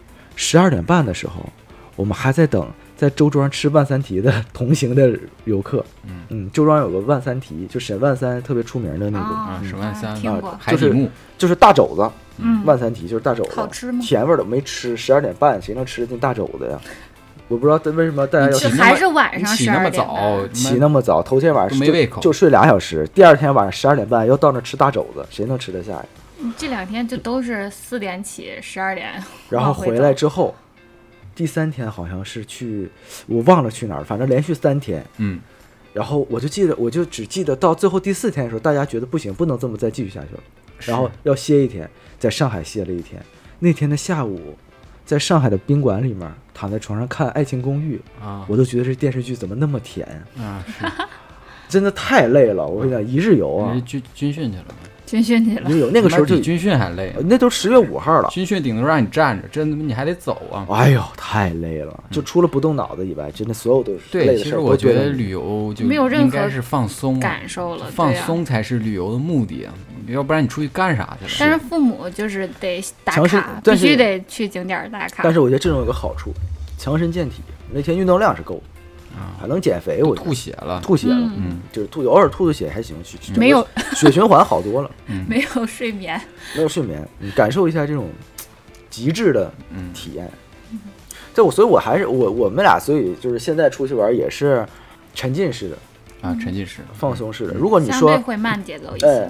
12点半的时候，我们还在等在周庄吃万三蹄的同行的游客。周庄有个万三蹄，就沈万三特别出名的那个沈万三海底木，就是大肘子。万三蹄就是大肘子， 好吃吗？ 甜味的没吃，12点半谁能吃得进大肘子呀？ 我不知道为什么大家要还是晚上起那么早， 起那么早，头天晚上没胃口就睡2小时，第二天晚上12点半又到那吃大肘子，谁能吃得下呀？ 这2天就都是4点起，12点， 然后回来之后，第3天好像是去，我忘了去哪儿，反正连续3天，然后我就只记得到最后第4天的时候，大家觉得不行，不能这么再继续下去了，然后要歇1天，在上海歇了1天。那天的下午，在上海的宾馆里面躺在床上看《爱情公寓》我都觉得这电视剧怎么那么甜真的太累了。我跟你讲，一日游啊， 军训去了。 军训去了， 那个时候就比军训还累， 那都10月5号了。 军训顶多让你站着，真的你还得走啊！ 哎呦，太累了，就除了不动脑子以外，真的所有的累的事。 对，其实我觉得旅游就没有任何是放松感受了， 放松才是旅游的目的啊！要不然你出去干啥去了？ 但是父母就是得打卡，必须得去景点打卡。 但是我觉得这种有个好处，强身健体。那天运动量是够的。还能减肥，我吐血了， 就是偶尔吐血还行， 没有血循环好多了， 没有睡眠， 你感受一下这种极致的体验。所以我还是我们俩，所以就是现在出去玩也是沉浸式的沉浸式的放松式的。如果你说相对会慢节奏一些，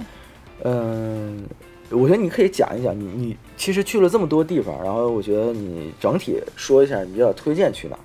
我觉得你可以讲一讲，你其实去了这么多地方，然后我觉得你整体说一下你比较推荐去哪。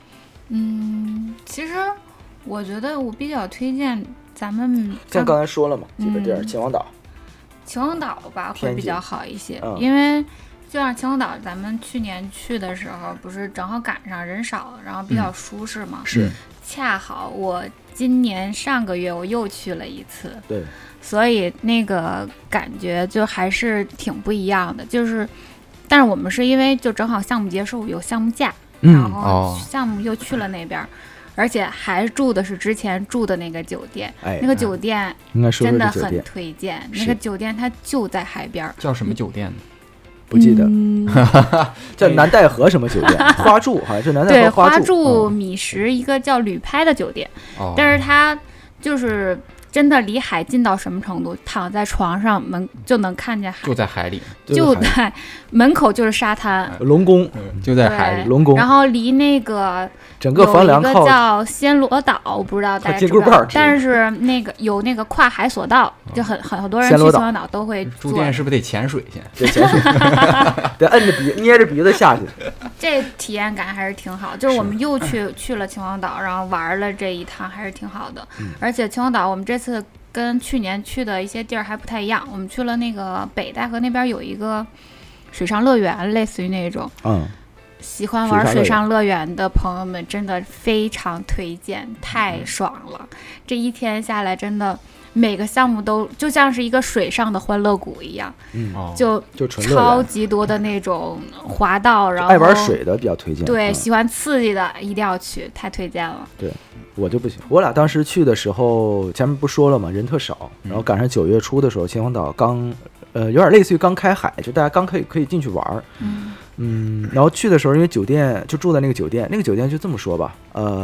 其实我觉得我比较推荐咱们像刚才说了嘛，几个地儿，秦皇岛吧会比较好一些，因为就像秦皇岛咱们去年去的时候不是正好赶上人少，然后比较舒适嘛， 是恰好我今年上个月我又去了一次， 对， 所以那个感觉就还是挺不一样的，就是但是我们是因为就正好项目结束有项目假，然后项目又去了那边，而且还住的是之前住的那个酒店，那个酒店真的很推荐。那个酒店它就在海边， 叫什么酒店呢？ 不记得，叫南戴河什么酒店？花住好像是南戴河花住米食一个叫旅拍的酒店，但是它就是真的离海近到什么程度？躺在床上就能看见海， 就在海里， 就在门口就是沙滩， 龙宫就在海里， 龙宫。 然后离那个整个房梁有一个叫暹罗岛，我不知道大家知不知道，但是那个有那个跨海索道，就很多人去暹罗岛都会住店，是不是得潜水去？ 得潜水，得摁着捏着鼻子下去。 这体验感还是挺好，就是我们又去了秦皇岛，然后玩了这一趟，还是挺好的。而且秦皇岛我们这次跟去年去的一些地儿还不太一样，我们去了那个北戴河那边有一个水上乐园，类似于那种，喜欢玩水上乐园的朋友们真的非常推荐，太爽了。这一天下来真的每个项目都就像是一个水上的欢乐谷一样，就超级多的那种滑道，然后爱玩水的比较推荐， 对，喜欢刺激的一定要去，太推荐了。 对，我就不行。我俩当时去的时候，前面不说了嘛，人特少，然后赶上9月初的时候，秦皇岛刚有点类似于刚开海，就大家刚可以进去玩。然后去的时候，因为酒店就住在那个酒店就这么说吧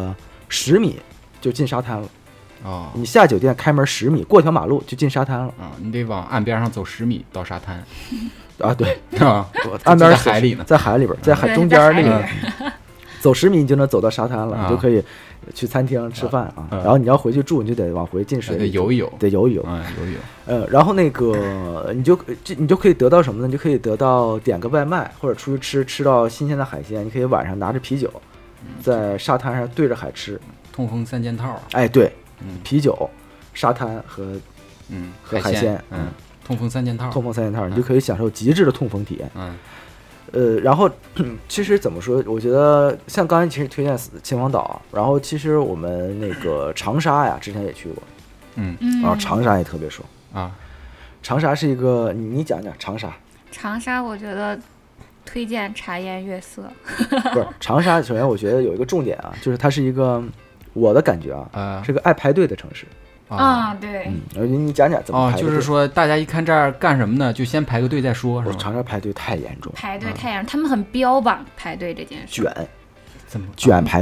，10米就进沙滩了。你下酒店开门10米，过条马路就进沙滩了。 你得往岸边上走10米到沙滩。 对岸边在海里呢， 在海里边，在海中间那个，走10米你就能走到沙滩了，你就可以去餐厅吃饭然后你要回去住，你就得往回进水里游一游， 得游一游，然后那个你就可以得到什么呢？你就可以得到点个外卖，或者出去吃到新鲜的海鲜。你可以晚上拿着啤酒，在沙滩上对着海吃， 痛风3件套。 对，啤酒、沙滩和海鲜， 痛风3件套， 你就可以享受极致的痛风体验。然后其实怎么说？我觉得像刚才其实推荐秦皇岛，然后其实我们那个长沙呀，之前也去过，然后长沙也特别爽长沙是一个，你讲讲长沙。 长沙我觉得推荐茶颜悦色。 不是长沙，首先我觉得有一个重点就是它是一个我的感觉是个爱排队的城市。 对， 你讲讲怎么排队。 就是说大家一看这儿干什么呢，就先排个队再说，是吧？ 长沙排队太严重， 他们很标榜排队这件事。 卷排队，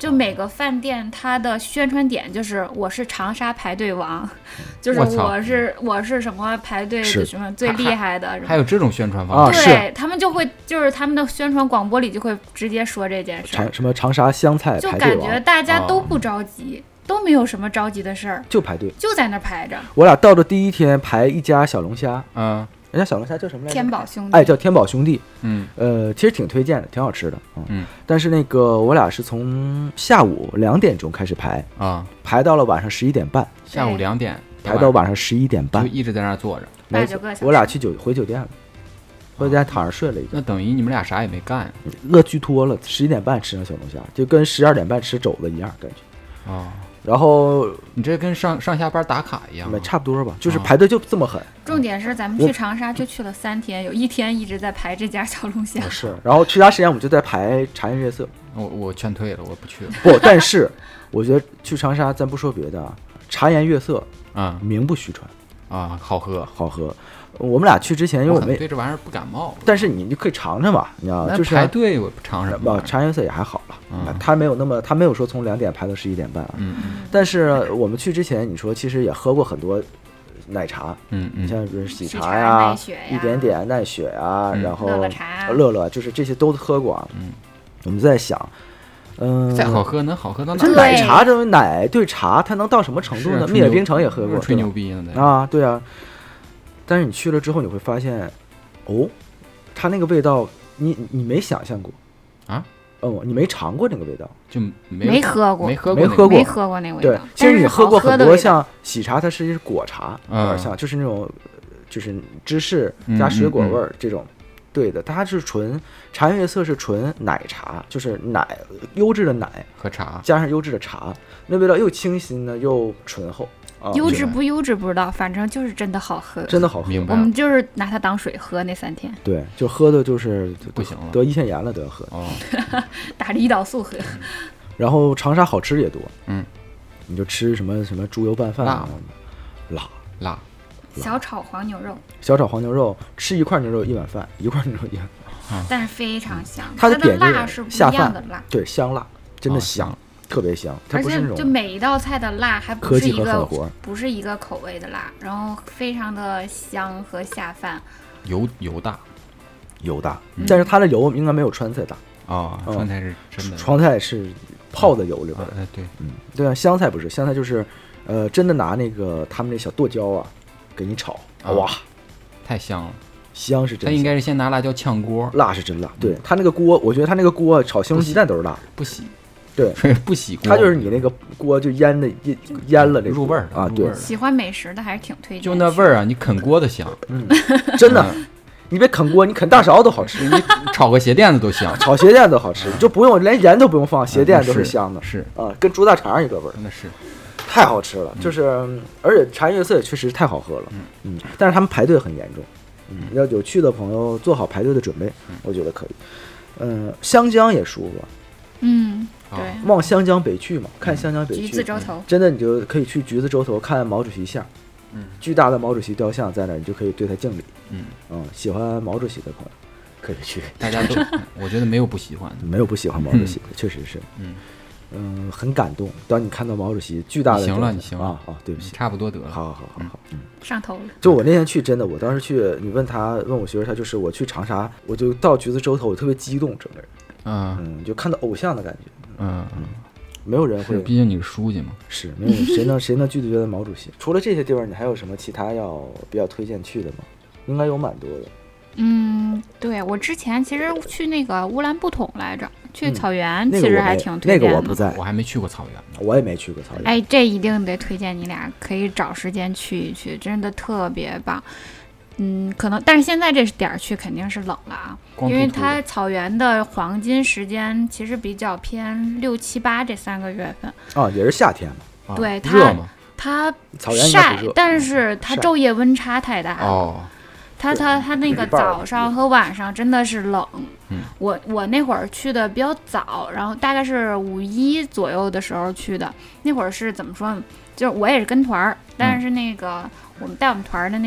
就每个饭店它的宣传点就是我是长沙排队王，就是我是什么排队什么最厉害的， 还有这种宣传方式。对，他们就会就是他们的宣传广播里就会直接说这件事。 什么长沙湘菜排队王， 就感觉大家都不着急。都没有什么着急的事儿， 就排队， 就在那排着。 我俩到的第一天排一家小龙虾，人家小龙虾叫什么来着？ 天宝兄弟， 叫天宝兄弟。其实挺推荐的，挺好吃的。但是那个我俩是从下午2点钟开始排排到了晚上11点半。 下午2点排到晚上11点半， 就一直在那儿坐着。 我俩回酒店了，回酒店躺着睡了一觉。 那等于你们俩啥也没干， 饿居脱了。11点半吃上小龙虾，就跟12点半吃肘子一样感觉。然后你这跟上下班打卡一样， 差不多吧，就是排队就这么狠。 重点是咱们去长沙就去了3天，有1天一直在排这家小龙虾。 是，然后其他时间我们就在排茶颜悦色。 我劝退了，我不去了。 不，但是我觉得去长沙，咱不说别的，茶颜悦色名不虚传好喝。 我们俩去之前，因为我们对这玩意儿不感冒， 但是你就可以尝尝嘛，你知道，就是排队我不尝什么。 茶颜悦色也还好了，他没有说从2点排到11点半但是我们去之前，你说其实也喝过很多奶茶，你像喜茶呀、一点点奈雪呀，然后乐乐，就是这些都喝过我们在想。 再好喝能好喝到哪？ 这奶茶这奶对茶，它能到什么程度呢？蜜雪冰城也喝过， 吹牛逼呢对啊。但是你去了之后，你会发现，它那个味道，你没想象过你没尝过那个味道， 就没喝过那个味道。 对，其实你喝过很多像喜茶，它是果茶，有点像，就是那种就是芝士加水果味这种。对的，它是茶颜悦色是纯奶茶，就是优质的奶和茶加上优质的茶，那味道又清新呢，又醇厚。 优质不优质不知道，反正就是真的好喝， 真的好喝。 明白。 我们就是拿它当水喝那3天。 对，就喝的就是不行了， 得胰腺炎了都要喝。 打着胰岛素喝。 然后长沙好吃也多，你就吃什么猪油拌饭辣。 小炒黄牛肉，吃1块牛肉1碗饭，1块牛肉1碗饭，但是非常香。 它的点辣是不一样的辣， 对，香辣，真的香，特别香。它不是那种， 就每一道菜的辣还不是一个口味的辣，然后非常的香和下饭。 油大， 但是它的油应该没有川菜大川菜是真的， 川菜是泡在油里边。 对， 对啊，湘菜不是，湘菜就是真的拿那个他们那小剁椒给你炒，哇， 太香了， 香是真。 他应该是先拿辣椒炝锅， 辣是真辣。对他那个锅，我觉得他那个锅炒西红柿鸡蛋都是辣， 不洗。 对， 不洗锅， 他就是你那个锅就腌了那个入味儿啊。对， 喜欢美食的还是挺推荐。 就那味儿啊，你啃锅的香， 真的。你别啃锅，你啃大勺都好吃， 你炒个鞋垫子都香， 炒鞋垫都好吃，就不用连盐都不用放，鞋垫都是香的， 是跟猪大肠一个味儿， 真的是。 太好吃了，就是而且茶颜悦色也确实太好喝了，但是他们排队很严重，要有去的朋友做好排队的准备，我觉得可以。湘江也舒服， 对， 望湘江北去嘛，看湘江北去， 橘子洲头， 真的你就可以去橘子洲头看毛主席像，巨大的毛主席雕像在那儿，你就可以对他敬礼，喜欢毛主席的朋友可以去， 大家都，我觉得没有不喜欢的， 没有不喜欢毛主席的，确实是，很感动。当你看到毛主席巨大的， 你行了对不起， 差不多得了， 好， 上头了。 就我那天去，真的，我当时去，你问我媳妇，她就是我去长沙，我就到橘子洲头，我特别激动，整个人，就看到偶像的感觉，没有人会， 毕竟你是书记嘛， 是没有谁能拒绝的毛主席。除了这些地方，你还有什么其他比较推荐去的吗？应该有蛮多的。 对，我之前其实去那个乌兰布统来着，去草原，其实还挺推荐的。 那个我不在， 我还没去过草原， 我也没去过草原。 哎，这一定得推荐你俩，可以找时间去一去，真的特别棒。可能，但是现在这点儿去肯定是冷了啊，因为它草原的黄金时间其实比较偏6、7、8这3个月份也是夏天嘛。 对，它草原晒，但是它昼夜温差太大了。它那个早上和晚上真的是冷。我那会儿去的比较早，然后大概是5、1左右的时候去的。那会儿是怎么说呢？就是我也是跟团儿，但是那个我们带我们团的那个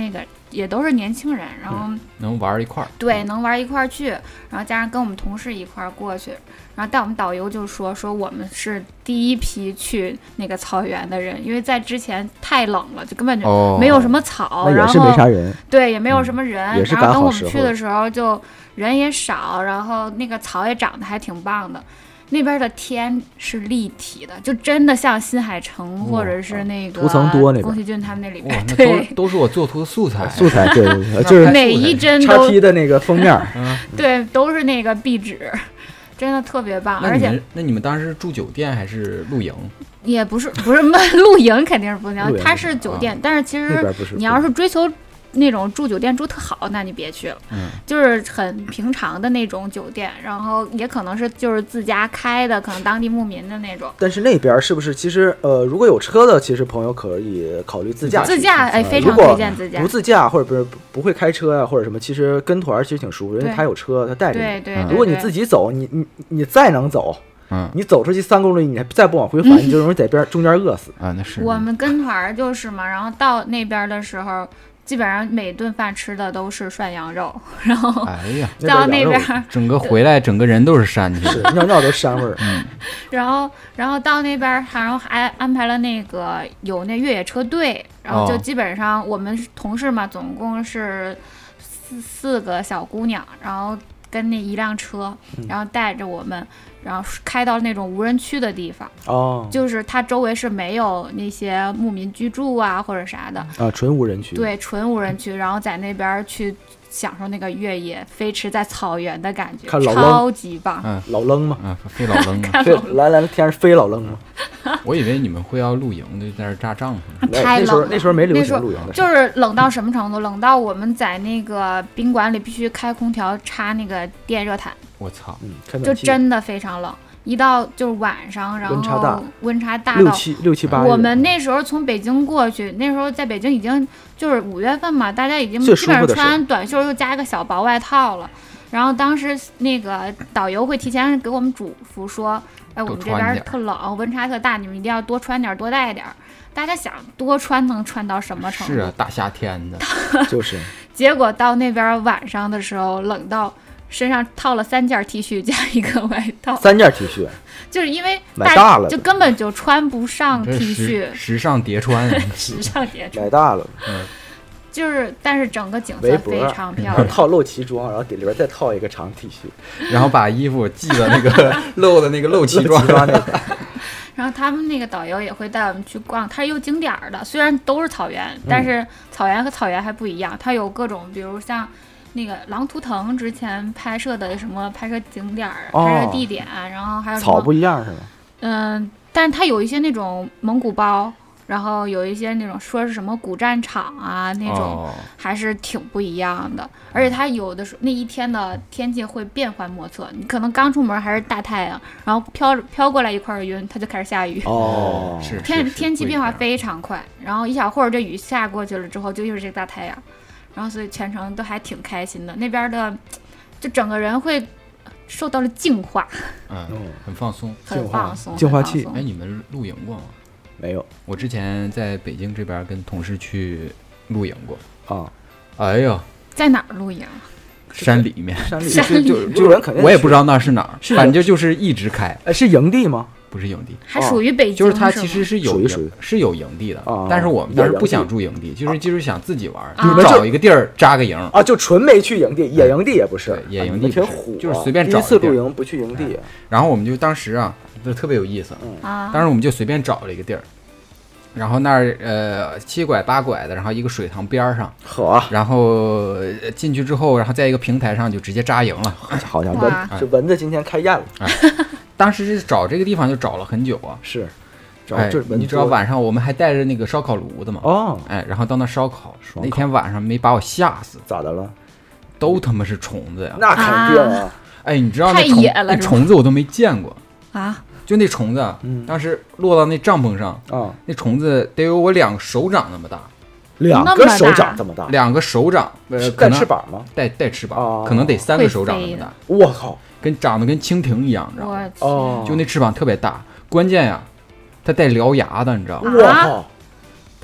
也都是年轻人，然后能玩一块儿， 对，能玩一块儿去，然后加上跟我们同事一块儿过去，然后带我们导游就说我们是第一批去那个草原的人，因为在之前太冷了，就根本就没有什么草，然后也是没啥人， 对，也没有什么人，然后等我们去的时候就人也少，然后那个草也长得还挺棒的。那边的天是立体的，就真的像新海诚或者是那个涂层多那边， 宫崎骏他们那里边， 对，都是我作图的素材， 对，就是每一帧都叉 T 的那个封面， 对，都是那个壁纸，真的特别棒。而且， 那你们当时住酒店还是露营？ 也不是露营，肯定是不行，它是酒店，但是其实你要是追求那种住酒店住特好，那你别去了，就是很平常的那种酒店，然后也可能是就是自家开的，可能当地牧民的那种。 但是那边是不是其实如果有车的，其实朋友可以考虑自驾。 非常推荐自驾。 不自驾或者不会开车呀，或者什么，其实跟团其实挺舒服，因为他有车，他带着你。 对。 如果你自己走，你再能走。你走出去3公里，你再不往回返，你就容易在中间饿死啊！那是我们跟团就是嘛，然后到那边的时候，基本上每顿饭吃的都是涮羊肉，然后到那边整个回来整个人都是膻气， 尿都膻味儿。 然后到那边，然后还安排了那个有那越野车队，然后就基本上我们同事嘛，总共是4个小姑娘，然后跟那一辆车，然后带着我们。然后开到那种无人区的地方，就是它周围是没有那些牧民居住啊或者啥的啊，纯无人区。 对，纯无人区，然后在那边去享受那个越野飞驰在草原的感觉，超级棒。 老扔嘛， 飞老扔嘛， 蓝蓝的天上飞老扔嘛。 我以为你们会要露营的，在那扎帐篷。 太冷了， 那时候没流行露营的， 就是冷到什么程度？冷到我们在那个宾馆里必须开空调插那个电热毯。 我操， 就真的非常冷。一到就是晚上，然后温差大到6、7、8。 我们那时候从北京过去，那时候在北京已经就是5月份嘛，大家已经基本上穿短袖又加一个小薄外套了。然后当时那个导游会提前给我们嘱咐说，哎，我们这边特冷，温差特大，你们一定要多穿点，多带点。大家想多穿能穿到什么程度？ 是啊，大夏天的， 就是。 结果到那边晚上的时候，冷到。身上套了3件 T 恤加一个外套 ，3件 T 恤， 就是因为买大了， 就根本就穿不上 T 恤， 时尚叠穿， 时尚叠穿， 买大了， 就是，但是整个景色非常漂亮， 套露脐装，然后里边再套一个长 T 恤， 然后把衣服系到那个露的那个露脐装那个。 然后他们那个导游也会带我们去逛，它是有景点的，虽然都是草原，但是草原和草原还不一样，它有各种，比如像。那个狼图腾之前拍摄的什么拍摄景点、拍摄地点，然后还有草不一样是吗？ 但是它有一些那种蒙古包，然后有一些那种说是什么古战场啊那种，还是挺不一样的。而且它有的时候那一天的天气会变幻莫测，你可能刚出门还是大太阳，然后飘过来一块云，它就开始下雨。 是天气变化非常快，然后一小会儿这雨下过去了之后，就又是这个大太阳。然后所以全程都还挺开心的，那边的就整个人会受到了净化， 很放松， 很放松， 净化器。 哎，你们露营过吗？ 没有， 我之前在北京这边跟同事去露营过啊。 哎呀， 在哪儿露营？ 山里面， 山里就我也不知道那是哪儿，反正就是一直开。 是营地吗？ 不是营地， 还属于北京， 就是它其实是有营地的，但是我们当时不想住营地，就是想自己玩，就找一个地儿扎个营啊，就纯没去营地，野营地也不是， 野营地挺虎， 就是随便找。 第一次露营不去营地， 然后我们就当时啊，就特别有意思，当时我们就随便找了一个地儿，然后那儿7拐8拐的，然后一个水塘边上，然后进去之后，然后在一个平台上就直接扎营了， 好像这蚊子今天开宴了。 当时是找这个地方就找了很久啊， 是， 你知道晚上我们还带着那个烧烤炉子嘛？然后到那烧烤，那天晚上没把我吓死， 咋的了？ 都他妈是虫子呀！ 那肯定啊！ 哎，你知道那虫子我都没见过啊！ 就那虫子，当时落到那帐篷上那虫子得有我2个手掌那么大 ，2个手掌这么大 ，2个手掌， 带翅膀吗？ 带翅膀，可能得3个手掌那么大。 我靠！ 长得跟蜻蜓一样，你知道吗？就那翅膀特别大，关键呀，它带獠牙的，你知道吗？ 哇！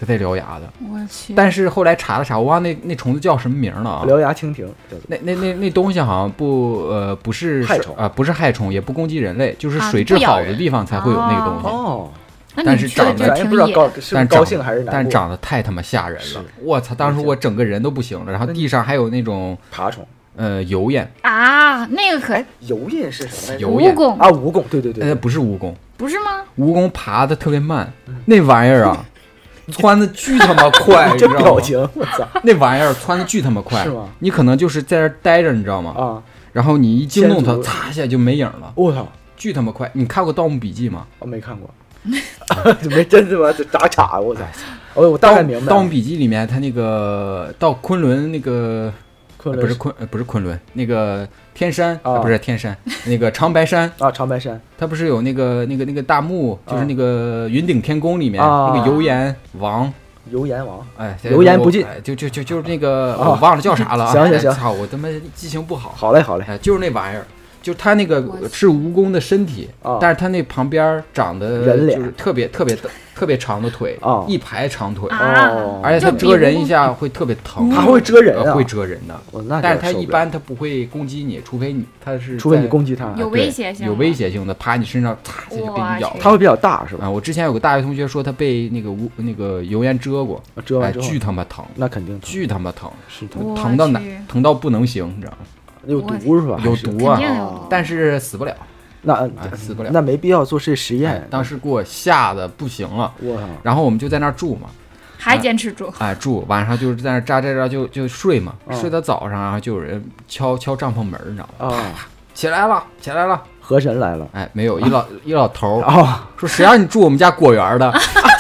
特别獠牙的。 我去！ 但是后来查了查，我忘那虫子叫什么名了啊？ 獠牙蜻蜓。 那东西好像不是害虫啊，不是害虫，也不攻击人类，就是水质好的地方才会有那个东西。 哦。 但是长得不知道高兴还是难过， 但长得太他妈吓人了！我操，当时我整个人都不行了。然后地上还有那种爬虫， 油烟啊，那个可油烟是什么来着？ 蜈蚣啊，蜈蚣，对， 不是蜈蚣， 不是吗？ 蜈蚣爬的特别慢，那玩意儿啊，窜的巨他妈快， 这表情，我操， 那玩意儿窜的巨他妈快， 是吗？ 你可能就是在这待着，你知道吗？ 啊， 然后你一惊动它，擦一下就没影了。 我操， 巨他妈快！你看过《盗墓笔记》吗？ 我没看过。没真他妈打岔，我操！我大概明白。 《盗墓笔记》里面，他那个到昆仑那个，不是昆仑，那个天山不是天山，那个长白山啊，长白山， 它不是有那个大墓，就是那个云顶天宫里面那个油盐王。 油盐王， 哎， 油盐不进， 就是那个我忘了叫啥了啊！ 行， 操，我他妈记性不好。 好嘞， 哎，就是那玩意儿。就他那个是蜈蚣的身体，但是他那旁边长的就是特别长的腿，一排长腿，而且他蛰人一下会特别疼， 他会蛰人啊， 会蛰人的。但是他一般他不会攻击你，除非你攻击他， 有威胁性的爬你身上，擦就被你咬。 他会比较大是吧？ 我之前有个大学同学说他被那个油烟蛰过， 蛰完之后巨他妈疼， 那肯定巨他妈疼， 是疼到不能行，你知道吗？ 有毒是吧？ 有毒啊，但是死不了。 那死不了， 那没必要做这实验。 当时给我吓得不行了，然后我们就在那儿住嘛， 还坚持住。 住晚上就是在那儿扎就睡嘛，睡到早上，然后就有人敲帐篷门，你知道吗？起来了， 河神来了。 哎，没有一老头说谁让你住我们家果园的？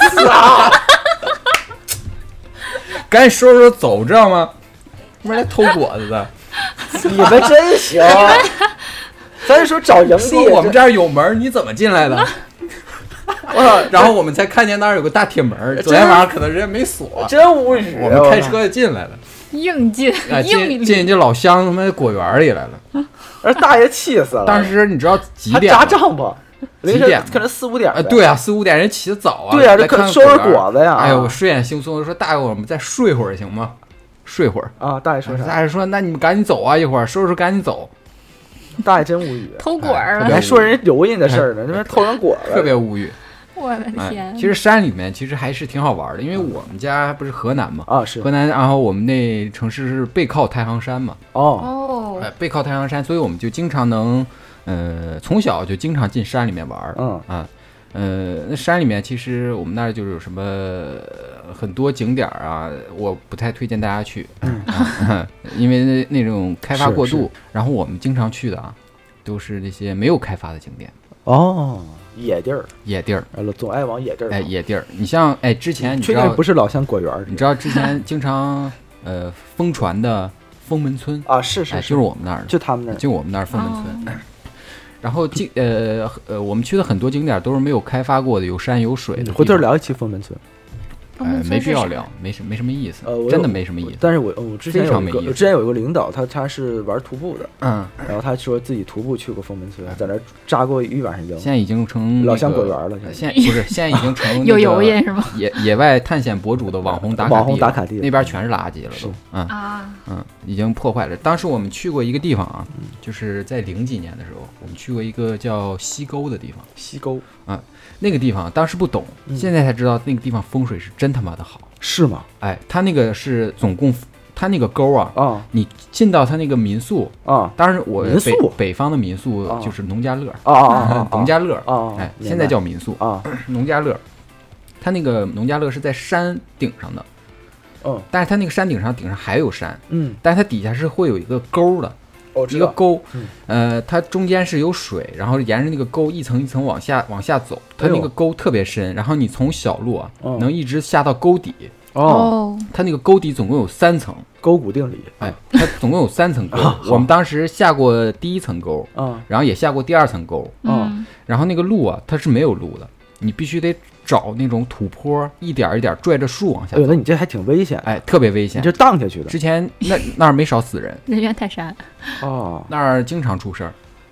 赶紧收走，知道吗？不是来偷果子的。 你们真行。咱说找营地， 我们这儿有门，你怎么进来的？然后我们才看见那儿有个大铁门，昨天晚上可能人家没锁， 真无语。 我们开车就进来了， 硬进， 进这老乡他妈果园里来了。 而大爷气死了。 当时你知道几点？ 扎帐篷， 几点？ 可能4、5点。 对啊，4、5点人起得早啊。 对啊，这收拾果子呀。 哎呦，我睡眼惺忪的说：“大爷，我们再睡会儿行吗？睡会儿啊。”大爷说啥？ 大爷说：“那你们赶紧走啊，一会儿收拾赶紧走。” 大爷真无语， 偷果儿了， 你还说人油印的事儿呢，这边偷人果了， 特别无语。 我的天！ 其实山里面其实还是挺好玩的，因为我们家不是河南嘛， 是河南，然后我们那城市是背靠太行山嘛，背靠太行山，所以我们就经常能，从小就经常进山里面玩，那山里面其实我们那儿就是有什么很多景点啊，我不太推荐大家去，因为那种开发过度。然后我们经常去的啊，都是那些没有开发的景点。 野地儿，总爱往野地儿。 野地儿，你像之前你知道不是老乡果园？ 你知道之前经常疯传的封门村啊，是， 就是我们那儿， 就他们那儿， 就我们那儿封门村。然后我们去的很多景点都是没有开发过的，有山有水的。 回头聊一期封门村。 没必要聊，没什么意思，真的没什么意思。 但是我之前有一个领导，他是玩徒步的，然后他说自己徒步去过封门村，在那扎过一晚上营。 现在已经成老乡果园了， 现在已经成有油印是吗？ 野外探险博主的网红打卡地，那边全是垃圾了都，已经破坏了。当时我们去过一个地方啊，就是在00几年的时候，我们去过一个叫西沟的地方。 西沟那个地方当时不懂，现在才知道那个地方风水是真他妈的好， 是吗？ 他那个是总共，他那个沟你进到他那个民宿当然我北方的民宿就是农家乐农家乐现在叫民宿农家乐，他那个农家乐是在山顶上的，但是他那个山顶上还有山，但是它底下是会有一个沟的。一个沟，它中间是有水，然后沿着那个沟一层一层往下走，它那个沟特别深，然后你从小路能一直下到沟底。它那个沟底总共有3层， 沟谷定理。 它总共有3层沟。我们当时下过第1层沟，然后也下过第2层沟，然后那个路它是没有路的，你必须得找那种土坡，一点一点拽着树往下走。 那你这还挺危险， 特别危险， 你这荡下去的。 之前那儿没少死人， 人猿泰山那儿经常出事儿，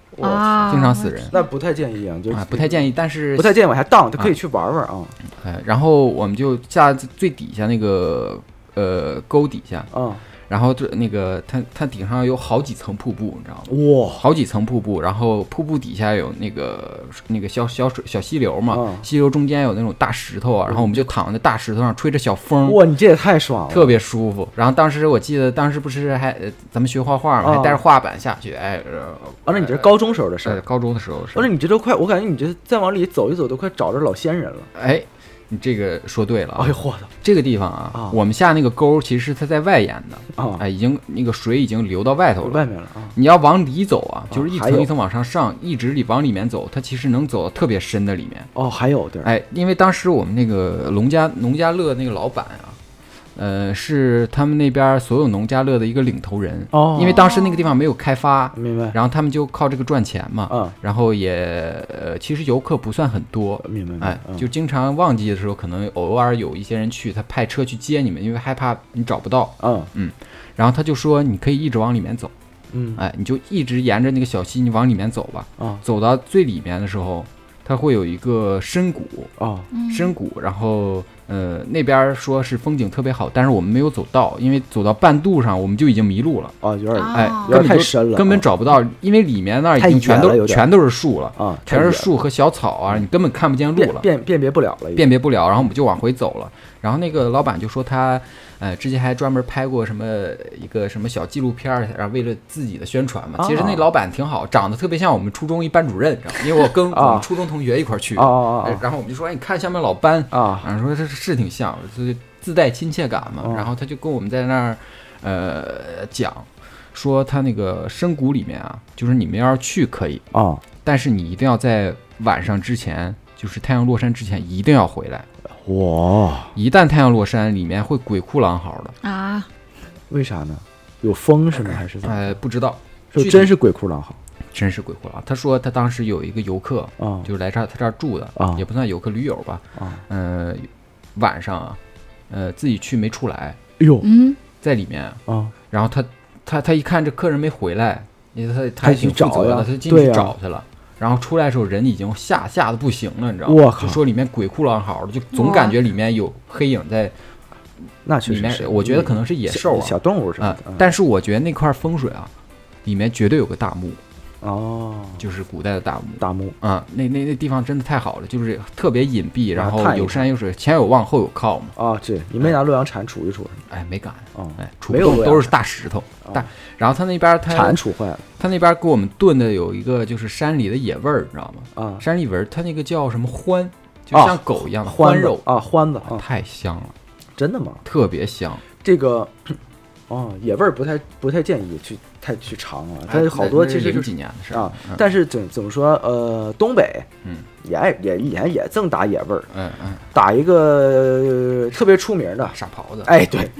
经常死人。 那不太建议啊，就不太建议，但是不太建议往下荡，就可以去玩玩啊。 然后我们就下最底下那个沟底下然后那个它顶上有好几层瀑布，你知道吗？哇，好几层瀑布，然后瀑布底下有那个小溪流嘛，溪流中间有那种大石头啊，然后我们就躺在大石头上吹着小风。 哇，你这也太爽了， 特别舒服。然后当时我记得当时不是还咱们学画画嘛，还带着画板下去， 那你这是高中时候的事儿？ 高中的时候是。 那你这都快，我感觉你这再往里走一走都快找着老仙人了。 哎。你这个说对了啊！ 哎嚯， 这个地方啊，我们下那个沟其实它在外沿的已经那个水已经流到外头了， 外面了啊。 你要往里走啊，就是一层一层往上上，一直往里面走，它其实能走到特别深的里面。 还有对。 因为当时我们那个农家乐那个老板啊。是他们那边所有农家乐的一个领头人因为当时那个地方没有开发， 明白。 然后他们就靠这个赚钱嘛，然后也其实游客不算很多， 明白。 就经常旺季的时候，可能偶尔有一些人去，他派车去接你们，因为害怕你找不到，然后他就说你可以一直往里面走，你就一直沿着那个小溪，你往里面走吧，走到最里面的时候，它会有一个深谷深谷，然后。那边说是风景特别好，但是我们没有走到，因为走到半路上我们就已经迷路了。 有点有点太深了， 根本找不到，因为里面那儿已经全都是树了全是树和小草啊，你根本看不见路了， 辨别不了了， 辨别不了。然后我们就往回走了。然后那个老板就说他，之前还专门拍过一个什么小纪录片，然后为了自己的宣传嘛。其实那老板挺好，长得特别像我们初中一班主任，知道吗？因为我跟我们初中同学一块去然后我们就说，你看下面老班然后说这是挺像，自带亲切感嘛。然后他就跟我们在那儿讲，说他那个深谷里面啊，就是你们要是去可以但是你一定要在晚上之前，就是太阳落山之前一定要回来。一旦太阳落山，里面会鬼哭狼嚎的啊？ 为啥呢？有风是吗？还是怎么？ 不知道， 真是鬼哭狼嚎。 真是鬼哭狼嚎。他说他当时有一个游客就是来他这儿住的也不算游客，驴友吧晚上自己去没出来，在里面然后他一看这客人没回来，因为他挺负责的，他进去找去了。然后出来的时候人已经吓得不行了，你知道吗？就说里面鬼哭狼嚎的，就总感觉里面有黑影在。 那确实是， 我觉得可能是野兽小动物什么的。 但是我觉得那块风水里面绝对有个大墓。就是古代的大墓那地方真的太好了，就是特别隐蔽，然后有山有水，前有望后有靠嘛。 对，你没拿洛阳铲杵一杵？ 没敢杵不动，都是大石头然后他那边铲杵坏了， 他那边给我们炖的有一个就是山里的野味儿，你知道吗？山里味儿，他那个叫什么獾，就像狗一样的獾肉獾子太香了。 真的吗？ 特别香。 这个野味儿不太建议去尝它好多其实是几年的事但是怎么说东北也以前也正打野味儿打一个特别出名的傻狍子。 对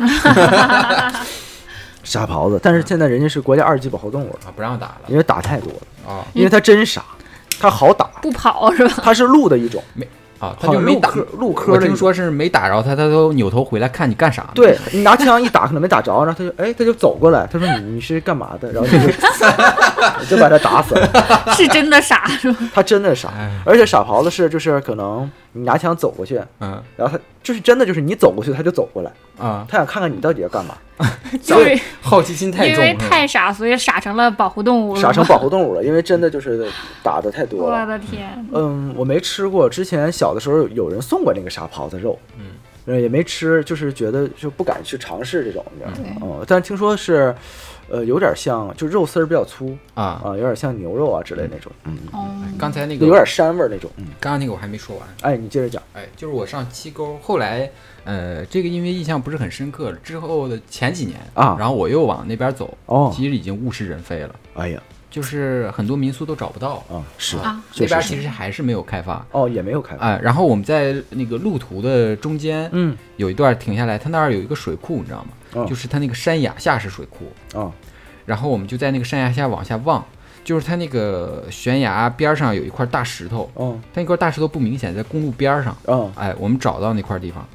傻狍子，但是现在人家是国家2级保护动物不让打了， 因为打太多了因为它真傻，它好打不跑是吧？ 它是鹿的一种他就没打鹿科， 我听说是没打着他都扭头回来看你干啥呢？ 对，你拿枪一打可能没打着，然后他就走过来，他说你是干嘛的？然后就把他打死了。 是真的傻是吧？ 他真的傻，而且傻狍子就是可能你拿枪走过去，然后他就是真的就是你走过去他就走过来他想看看你到底要干嘛。 就是好奇心太重， 因为太傻，所以傻成了保护动物了。 傻成保护动物了，因为真的就是打的太多了。 我的天！ 我没吃过，之前小的时候有人送过那个傻狍子肉，也没吃，就是觉得就不敢去尝试这种，你知道吗？但是听说是，有点像，就肉丝儿比较粗有点像牛肉之类那种。 刚才那个有点膻味那种。 刚刚那个我还没说完。 你接着讲。 就是我上七沟，后来这个因为印象不是很深刻了，之后的前几年然后我又往那边走，其实已经物是人非了。就是很多民宿都找不到是那边其实还是没有开发也没有开发然后我们在那个路途的中间有一段停下来，它那儿有一个水库，你知道吗？就是它那个山崖下是水库然后我们就在那个山崖下往下望，就是它那个悬崖边上有一块大石头它那块大石头不明显，在公路边上我们找到那块地方，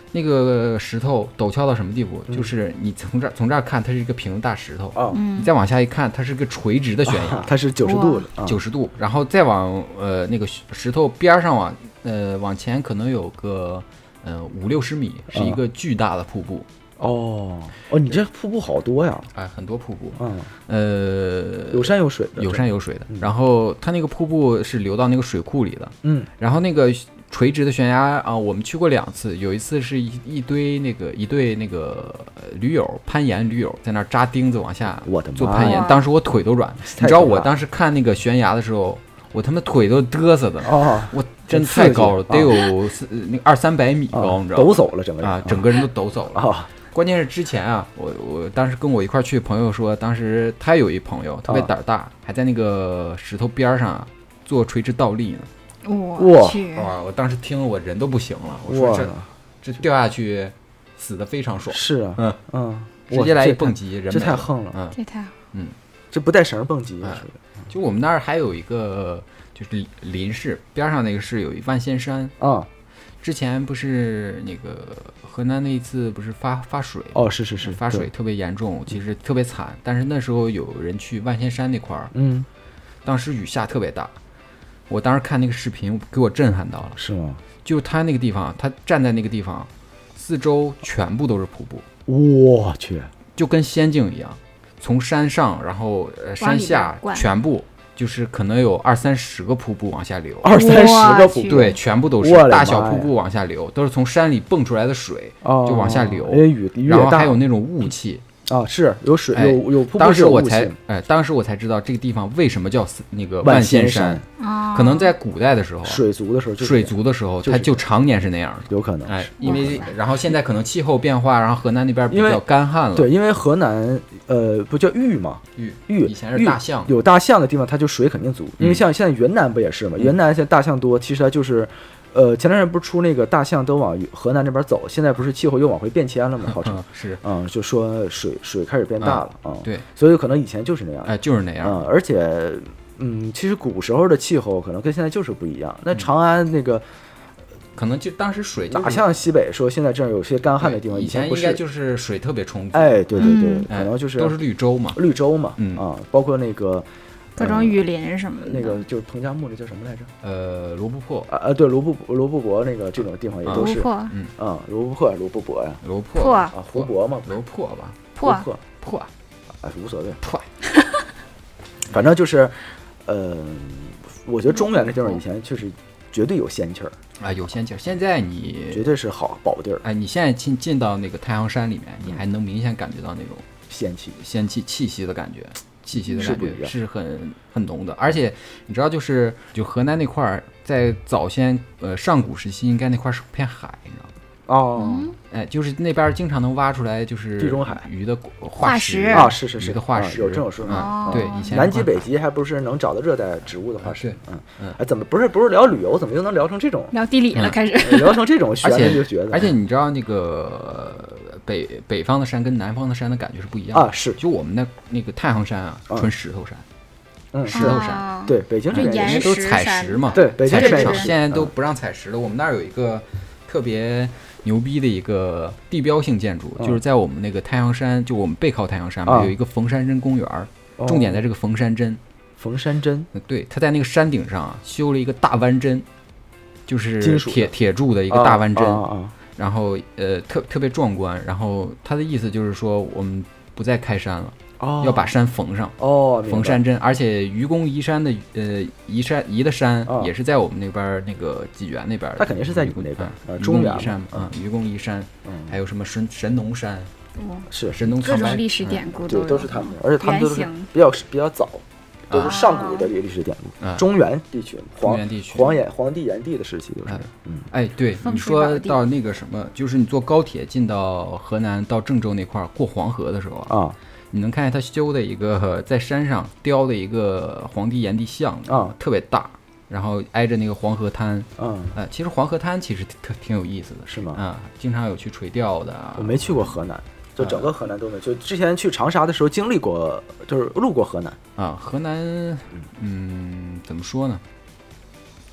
那个石头陡峭到什么地步？就是你从这儿看，它是一个平的大石头，你再往下一看，它是个垂直的悬崖， 它是90度的 ，90度，然后再往那个石头边上往前可能有个50-60米，是一个巨大的瀑布。 你这瀑布好多呀！ 哎，很多瀑布， 有山有水的， 有山有水的。然后它那个瀑布是流到那个水库里的，然后那个垂直的悬崖啊，我们去过2次，有一次是一对那个驴友，攀岩驴友在那儿扎钉子往下做攀岩，当时我腿都软。你知道我当时看那个悬崖的时候，我他妈腿都嘚瑟的，我真太高了，得有那个200-300米高，你知道吗？ 抖走了整个人都抖走了。关键是之前啊，我当时跟我一块去的朋友说，当时他有一朋友特别胆大，还在那个石头边上做垂直倒立呢。 我去！ 我当时听了我人都不行了，我说这掉下去死得非常爽。 是啊， 直接来一蹦极，人这太横了， 这太这不带绳蹦极。 就我们那儿还有一个，就是临市边上那个是有一万仙山啊。 之前不是那个河南那一次不是发水是发水特别严重，其实特别惨。但是那时候有人去万仙山那块儿，当时雨下特别大，我当时看那个视频给我震撼到了。 是吗？ 就他那个地方，他站在那个地方，四周全部都是瀑布， 我去， 就跟仙境一样，从山上然后山下全部。就是可能有20-30个瀑布往下流 ，20-30个瀑布， 对，全部都是大小瀑布往下流，都是从山里蹦出来的水，就往下流，然后还有那种雾气是有水，有瀑布。 当时我才知道这个地方为什么叫那个万仙山，可能在古代的时候， 水族的时候， 它就常年是那样的， 有可能。 因为然后现在可能气候变化，然后河南那边比较干旱了。 对，因为河南不叫玉嘛，玉以前是大象， 有大象的地方它就水肯定足。因为像现在云南不也是嘛，云南现在大象多，其实它就是前段时间不是出那个大象都往河南那边走，现在不是气候又往回变迁了吗？号称是就说水开始变大了对， 所以可能以前就是那样， 就是那样而且其实古时候的气候可能跟现在就是不一样。那长安那个可能就当时水哪像西北说现在这儿有些干旱的地方， 以前应该就是水特别充足。 对，可能就是都是绿洲嘛， 包括那个。 各种雨林什么的， 那个就是彭加木，那叫什么来着？罗布泊对，罗布泊那个这种地方也都是罗布泊呀， 罗泊湖泊嘛， 罗泊吧， 泊无所谓，反正就是我觉得中原这地方以前确实绝对有仙气儿有仙气儿。现在你绝对是好宝地儿你现在进到那个太行山里面，你还能明显感觉到那种仙气息的感觉。气息的感觉是很浓的，而且你知道，就河南那块儿，在早先上古时期，应该那块是片海，你知道吗？就是那边经常能挖出来，就是地中海鱼的化石是鱼的化石， 有这种说法。 对，以前南极北极还不是能找到热带植物的化石。怎么不是聊旅游，怎么又能聊成这种聊地理了？开始聊成这种玄的就觉得， 而且你知道那个。北方的山跟南方的山的感觉是不一样的是， 就我们那个太行山纯石头山，石头山。 对，北京这边因为都采石嘛， 对，北京这边现在都不让采石了。我们那儿有一个特别牛逼的一个地标性建筑，就是在我们那个太行山，就我们背靠太行山有一个冯山珍公园，重点在这个冯山珍。 冯山珍， 对，他在那个山顶上修了一个大弯针，就是铁柱的一个大弯针。然后特别壮观，然后他的意思就是说我们不再开山了，要把山缝上缝山针，而且愚公移山的移的山也是在我们那边那个济源那边， 他肯定是在你那边中原山愚公移山，还有什么神农山， 是神农各种历史典故都是他们，而且他们都是比较早。都是上古的历史典故，中原地区，黄帝炎帝的时期都是。 对，你说到那个什么，就是你坐高铁进到河南到郑州那块过黄河的时候你能看见他修的一个在山上雕的一个黄帝炎帝像特别大，然后挨着那个黄河滩。其实黄河滩其实挺有意思的， 是吗？ 经常有去垂钓的。 我没去过河南。就整个河南都没，就之前去长沙的时候经历过，就是路过河南河南，怎么说呢？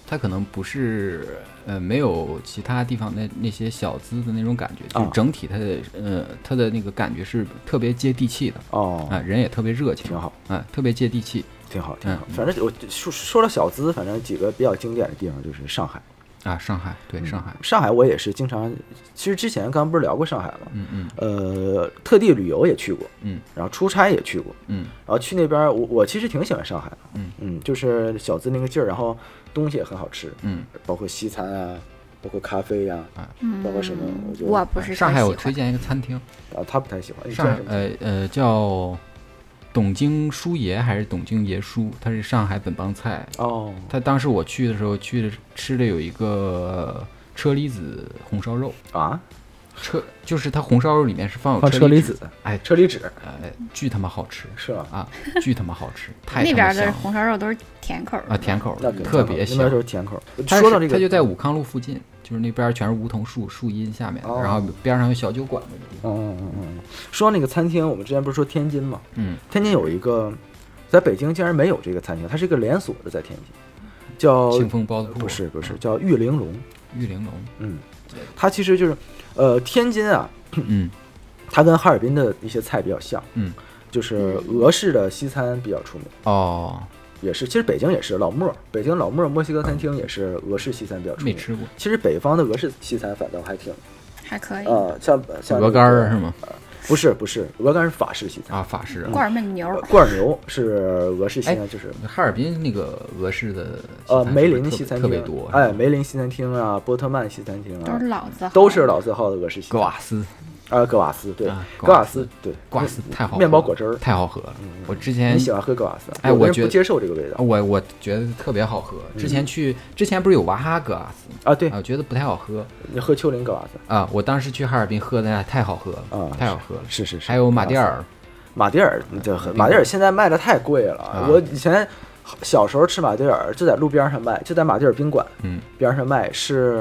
它可能不是没有其他地方那些小资的那种感觉，就是整体它的那个感觉是特别接地气的人也特别热情， 挺好特别接地气， 挺好。反正我说到小资，反正几个比较经典的地方就是上海上海对上海我也是经常，其实之前刚不是聊过上海吗？特地旅游也去过，然后出差也去过，然后去那边我其实挺喜欢上海的，就是小资那个劲儿，然后东西也很好吃，包括西餐啊，包括咖啡呀，包括什么， 我不是上海我推荐一个餐厅他不太喜欢上海叫董京叔爷还是董京爷叔，它是上海本帮菜他当时我去的时候吃的有一个车厘子红烧肉就是它红烧肉里面是放有车厘子，车厘子， 巨他妈好吃， 是吧？ 巨他妈好吃，太那边的红烧肉都是甜口甜口特别香， 那边都是甜口。 说到这个，它就在武康路附近，就是那边全是梧桐树荫下面，然后边上有小酒馆的地方。 说到那个餐厅，我们之前不是说天津嘛？天津有一个，在北京竟然没有这个餐厅，它是一个连锁的，在天津叫庆丰包子铺， 不是叫玉玲珑。 玉玲珑， 它其实就是天津啊，它跟哈尔滨的一些菜比较像，就是俄式的西餐比较出名也是，其实北京也是北京老莫墨西哥餐厅也是俄式西餐比较出名， 没吃过。 其实北方的俄式西餐反倒还可以像鹅肝是吗？ 不是，鹅肝是法式西餐法式罐焖牛， 罐牛是俄式西餐，就是哈尔滨那个俄式的梅林西餐厅特别多， 梅林西餐厅啊，波特曼西餐厅啊， 都是老字号的俄式西餐。 格瓦斯格瓦斯对，格瓦斯对， 格瓦斯太好喝了， 面包果汁儿太好喝了。我之前你喜欢喝格瓦斯？ 我觉得不接受这个味道。 我觉得特别好喝。之前不是有娃哈哈格瓦斯对， 我觉得不太好喝。 你喝丘陵格瓦斯我当时去哈尔滨喝的太好喝了太好喝了。 是。 还有马迭尔现在卖的太贵了。我以前小时候吃马迭尔就在路边上卖，就在马迭尔宾馆边上卖，是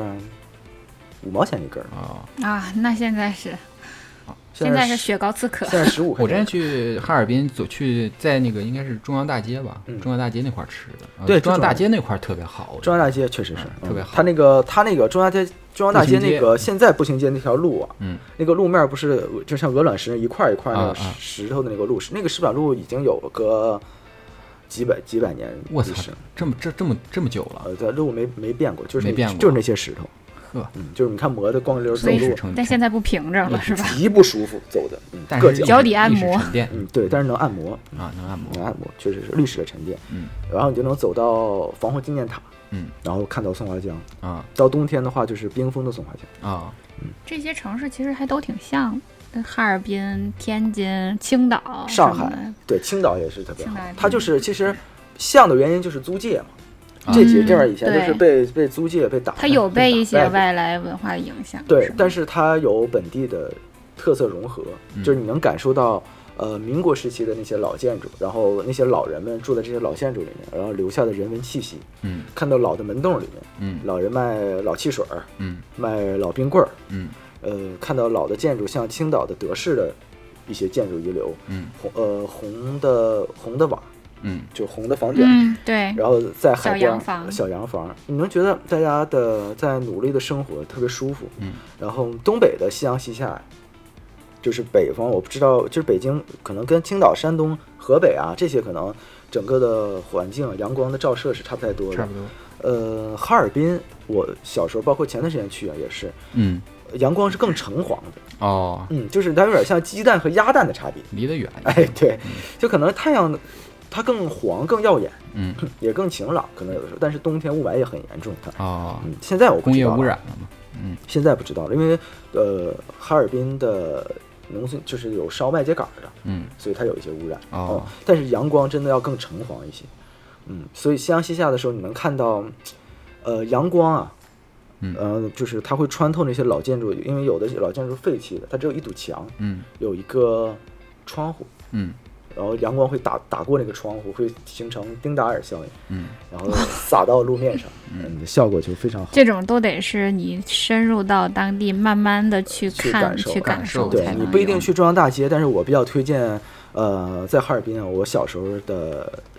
5毛钱一根那现在是雪糕刺客， 现在15。 我之前去哈尔滨去在那个应该是中央大街吧，中央大街那块吃的。 对， 中央大街那块特别好。 中央大街确实是特别好。 他那个中央大街那个现在步行街那条路那个路面不是就像鹅卵石一块一块那个石头的那个路，那个石板路已经有个几百年。 我操，这么久了。 这路没变过，就是那些石头。就是你看磨的光溜走路， 但现在不平整了是吧？ 极不舒服走的， 但是脚底按摩， 对，但是能按摩能按摩， 确实是历史的沉淀。然后你就能走到防洪纪念塔，然后看到松花江到冬天的话就是冰封的松花江这些城市其实还都挺像的，哈尔滨、天津、青岛、 上海，对，青岛也是特别好。它就是其实像的原因就是租界嘛。这几个地儿以前都是被租界被打， 它有被一些外来文化影响， 对，但是它有本地的特色融合，就是你能感受到民国时期的那些老建筑，然后那些老人们住在这些老建筑里面，然后留下的人文气息，看到老的门洞里面，老人卖老汽水，卖老冰棍儿，看到老的建筑，像青岛的德式的一些建筑遗留，红的瓦。就红的房顶， 对， 然后在海边小洋房，你能觉得大家在努力的生活特别舒服。然后东北的夕阳西下，就是北方，我不知道，就是北京可能跟青岛、山东、河北这些可能整个的环境阳光的照射是差不太多的。 差不多。 哈尔滨，我小时候包括前段时间去也是，阳光是更橙黄的。就是它有点像鸡蛋和鸭蛋的差别， 离得远。 对，就可能太阳。它更黄更耀眼，也更晴朗，可能有的时候，但是冬天雾霾也很严重。现在我不知道工业污染了吗？ 现在不知道了，因为哈尔滨的农村就是有烧麦秸秆的，所以它有一些污染。但是阳光真的要更橙黄一些，所以夕阳西下的时候，你能看到，阳光就是它会穿透那些老建筑，因为有的老建筑废弃的，它只有一堵墙，有一个窗户，然后阳光会打过那个窗户，会形成丁达尔效应，然后洒到路面上，效果就非常好。 这种都得是你深入到当地，慢慢的去看、去感受。 对，你不一定去中央大街，但是我比较推荐，在哈尔滨我小时候的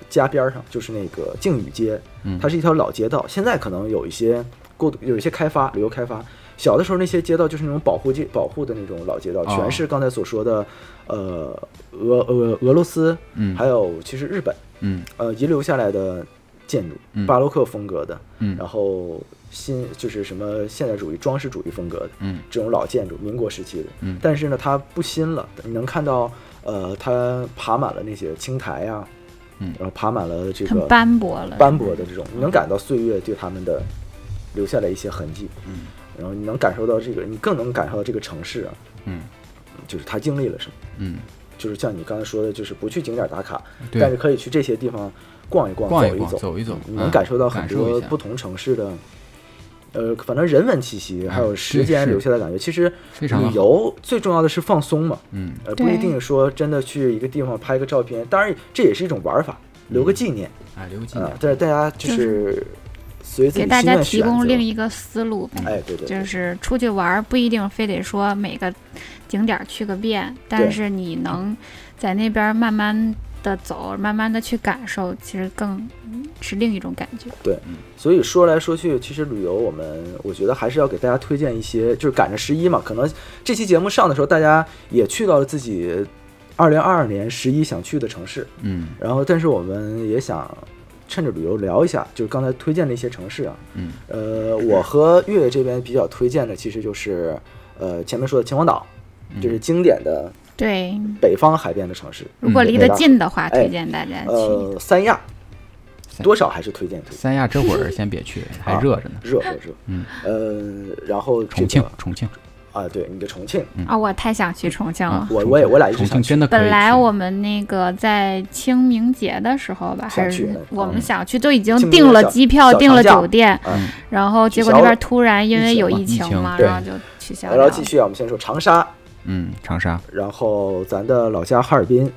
家边上，就是那个靖宇街，它是一条老街道，现在可能有一些开发，旅游开发。小的时候那些街道就是那种保护的那种老街道，全是刚才所说的俄罗斯，还有其实日本，遗留下来的建筑，巴洛克风格的，然后就是什么现代主义装饰主义风格的，这种老建筑，民国时期的，但是呢它不新了，你能看到它爬满了那些青苔啊，然后爬满了这个很斑驳的这种，你能感到岁月对他们的留下来一些痕迹，然后你能感受到你更能感受到这个城市啊，就是它经历了什么，就是像你刚才说的，就是不去景点打卡，但是可以去这些地方逛一逛，走一走，你能感受到很多不同城市的，反正人文气息，还有时间留下的感觉。其实旅游最重要的是放松嘛，不一定说真的去一个地方拍个照片，当然这也是一种玩法，留个纪念， 留个纪念。 但是大家就是给大家提供另一个思路呗， 对， 就是出去玩不一定非得说每个景点去个遍，但是你能在那边慢慢的走，慢慢的去感受，其实更是另一种感觉。 对，所以说来说去，其实旅游我觉得还是要给大家推荐一些，就是赶着11嘛，可能这期节目上的时候，大家也去到了自己2022年11想去的城市，然后但是我们也想趁着旅游聊一下，就是刚才推荐的一些城市啊，我和月月这边比较推荐的其实就是前面说的秦皇岛，就是经典的对北方海边的城市， 如果离得近的话，推荐大家去三亚，多少还是推荐三亚这会儿先别去，还热着呢， 热，然后重庆啊，对，你的重庆我太想去重庆了。 我俩一直想去，真的可以去。 本来我们那个在清明节的时候吧，还是我们想去，都已经订了机票，订了酒店，然后结果那边突然因为有疫情嘛，然后就取消了。 然后继续啊，我们先说长沙， 长沙， 然后咱的老家哈尔滨，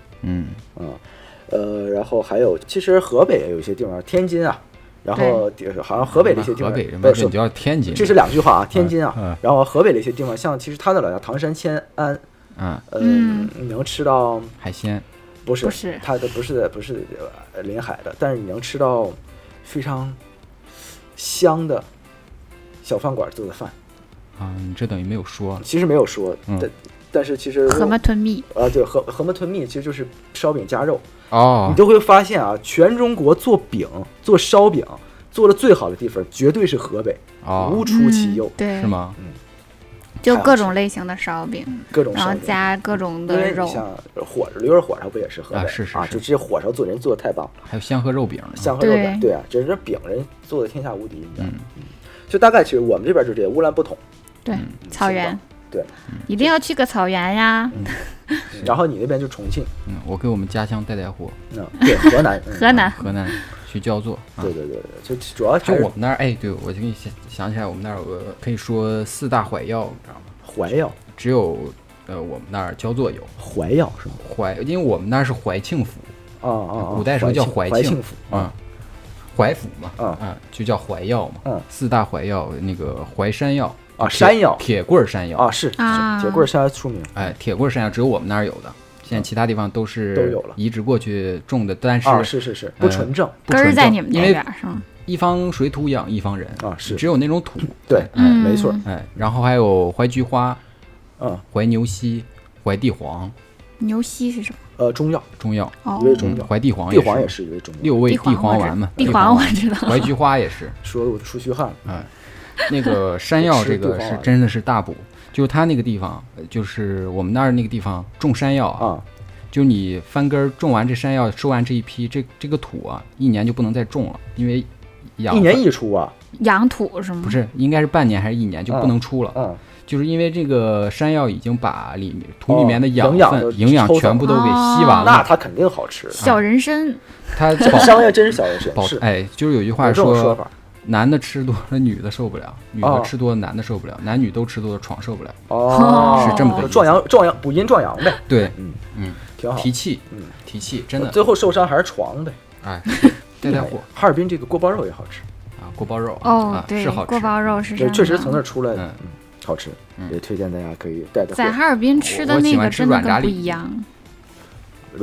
然后还有其实河北也有一些地方，天津啊。然后好像河北的一些地方， 不是你叫天津， 这是2句话啊，天津啊。然后河北的一些地方，像其实他的老家唐山迁安，你能吃到海鲜， 不是，它的不是临海的，但是你能吃到非常香的小饭馆做的饭啊。你这等于没有说， 其实没有说，但是其实河马吞蜜啊，对，河马吞蜜其实就是烧饼加肉。 你都会发现啊，全中国做饼、做烧饼做的最好的地方，绝对是河北，无出其右， 对， 是吗？ 就各种类型的烧饼， 各种烧饼， 然后加各种的肉， 像驴肉火烧不也是河北是啊？就这火烧做人做的太棒， 还有香河肉饼， 香河肉饼，对啊，这饼人做的天下无敌，你知道吗？就大概其实我们这边就这些，乌兰布统， 对，草原。 对， 一定要去个草原呀。 然后你那边就重庆， 我给我们家乡带货。 对，河南去焦作。 对，就主要就我们那儿，对，我就给你想起来，我们那儿有个可以说4大怀药，你知道吗？ 怀药只有我们那儿焦作有怀药是吗？ 因为我们那儿是怀庆府古代时候叫怀庆府怀府嘛，就叫怀药嘛。4大怀药，那个怀山药。 山药， 铁棍山药啊，是铁棍山药出名。 铁棍山药只有我们那儿有的，现在其他地方都有了， 移植过去种的，但是是不纯正， 根儿在你们那边是吗？ 一方水土养一方人是只有那种土， 对，没错。 然后还有怀菊花，怀牛膝，怀地黄。 牛膝是什么？ 中药， 一味中药。 怀地黄也是一味中药。 6味地黄丸嘛， 地黄我知道。 怀菊花也是， 说的我出虚汗。 那个山药这个是真的是大补，就是它那个地方，就是我们那儿那个地方种山药啊，就你翻根种完这山药，收完这一批，这个土啊，1年就不能再种了，因为 1年1出啊， 养土是吗？ 不是，应该是半年还是1年就不能出了。就是因为这个山药已经把土里面的养分、营养全部都给吸完了， 那它肯定好吃。 小人参， 它商业真是小人参。 就是有句话说，男的吃多了，女的受不了；女的吃多了，男的受不了；男女都吃多了，床受不了。是这么个意思。 壮阳补阴壮阳呗。 对， 挺好。 提气，提气，真的。 最后受伤还是床呗。 带火。 哈尔滨这个锅包肉也好吃啊，锅包肉对， 是好吃。 锅包肉是确实从那儿出来的，好吃，也推荐大家可以带着。 在哈尔滨吃的那个真的更不一样。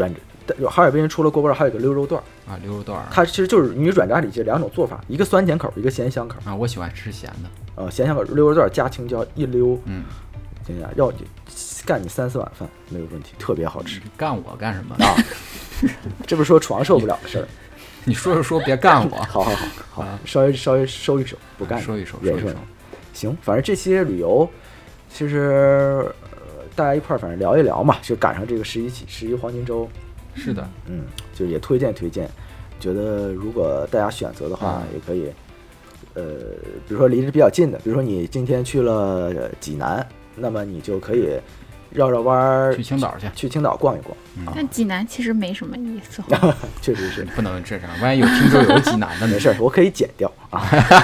哈尔滨除了锅包肉，还有个溜肉段啊，溜肉段， 它其实就是你软炸里脊两种做法，一个酸甜口，一个咸香口啊。我喜欢吃咸的， 咸香口溜肉段加青椒一溜，行呀，要干你3-4碗饭没有问题，特别好吃。 干我干什么啊？这不是说床受不了的事儿。 你说别干我。 好，稍微收一手，不干收一手。 行，反正这些旅游，其实大家一块儿反正聊一聊嘛，就赶上这个11黄金周。 是的， 就也推荐，觉得如果大家选择的话，也可以，比如说离着比较近的，比如说你今天去了济南，那么你就可以绕弯儿去青岛去青岛逛一逛。 但济南其实没什么意思。 确实是不能这样，万一有听众有济南的， 没事，我可以剪掉啊。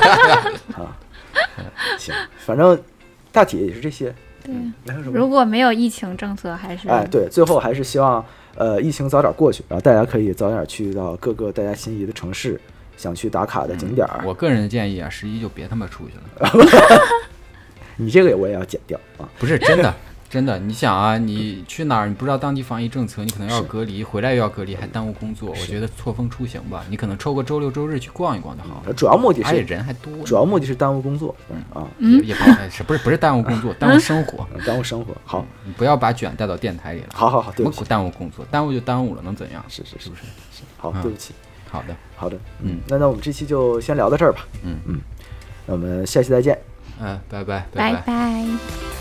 行，反正大体也是这些。 对，如果没有疫情政策，还是对，最后还是希望疫情早点过去，然后大家可以早点去到各个大家心仪的城市，想去打卡的景点。 我个人的建议啊，11就别他妈出去了。 你这个我也要剪掉啊！ 不是真的，你想啊，你去哪儿，你不知道当地防疫政策，你可能要隔离，回来又要隔离，还耽误工作。我觉得错峰出行吧，你可能抽个周6周日去逛一逛就好了。 主要目的是， 而且人还多。 主要目的是耽误工作， 也不是耽误工作，耽误生活， 耽误生活。好， 你不要把卷带到电台里了。 好，对不起， 耽误工作，耽误就耽误了，能怎样？ 是不是？好，对不起。 好的， 那我们这期就先聊到这儿吧。那我们下期再见。 拜拜。 拜拜。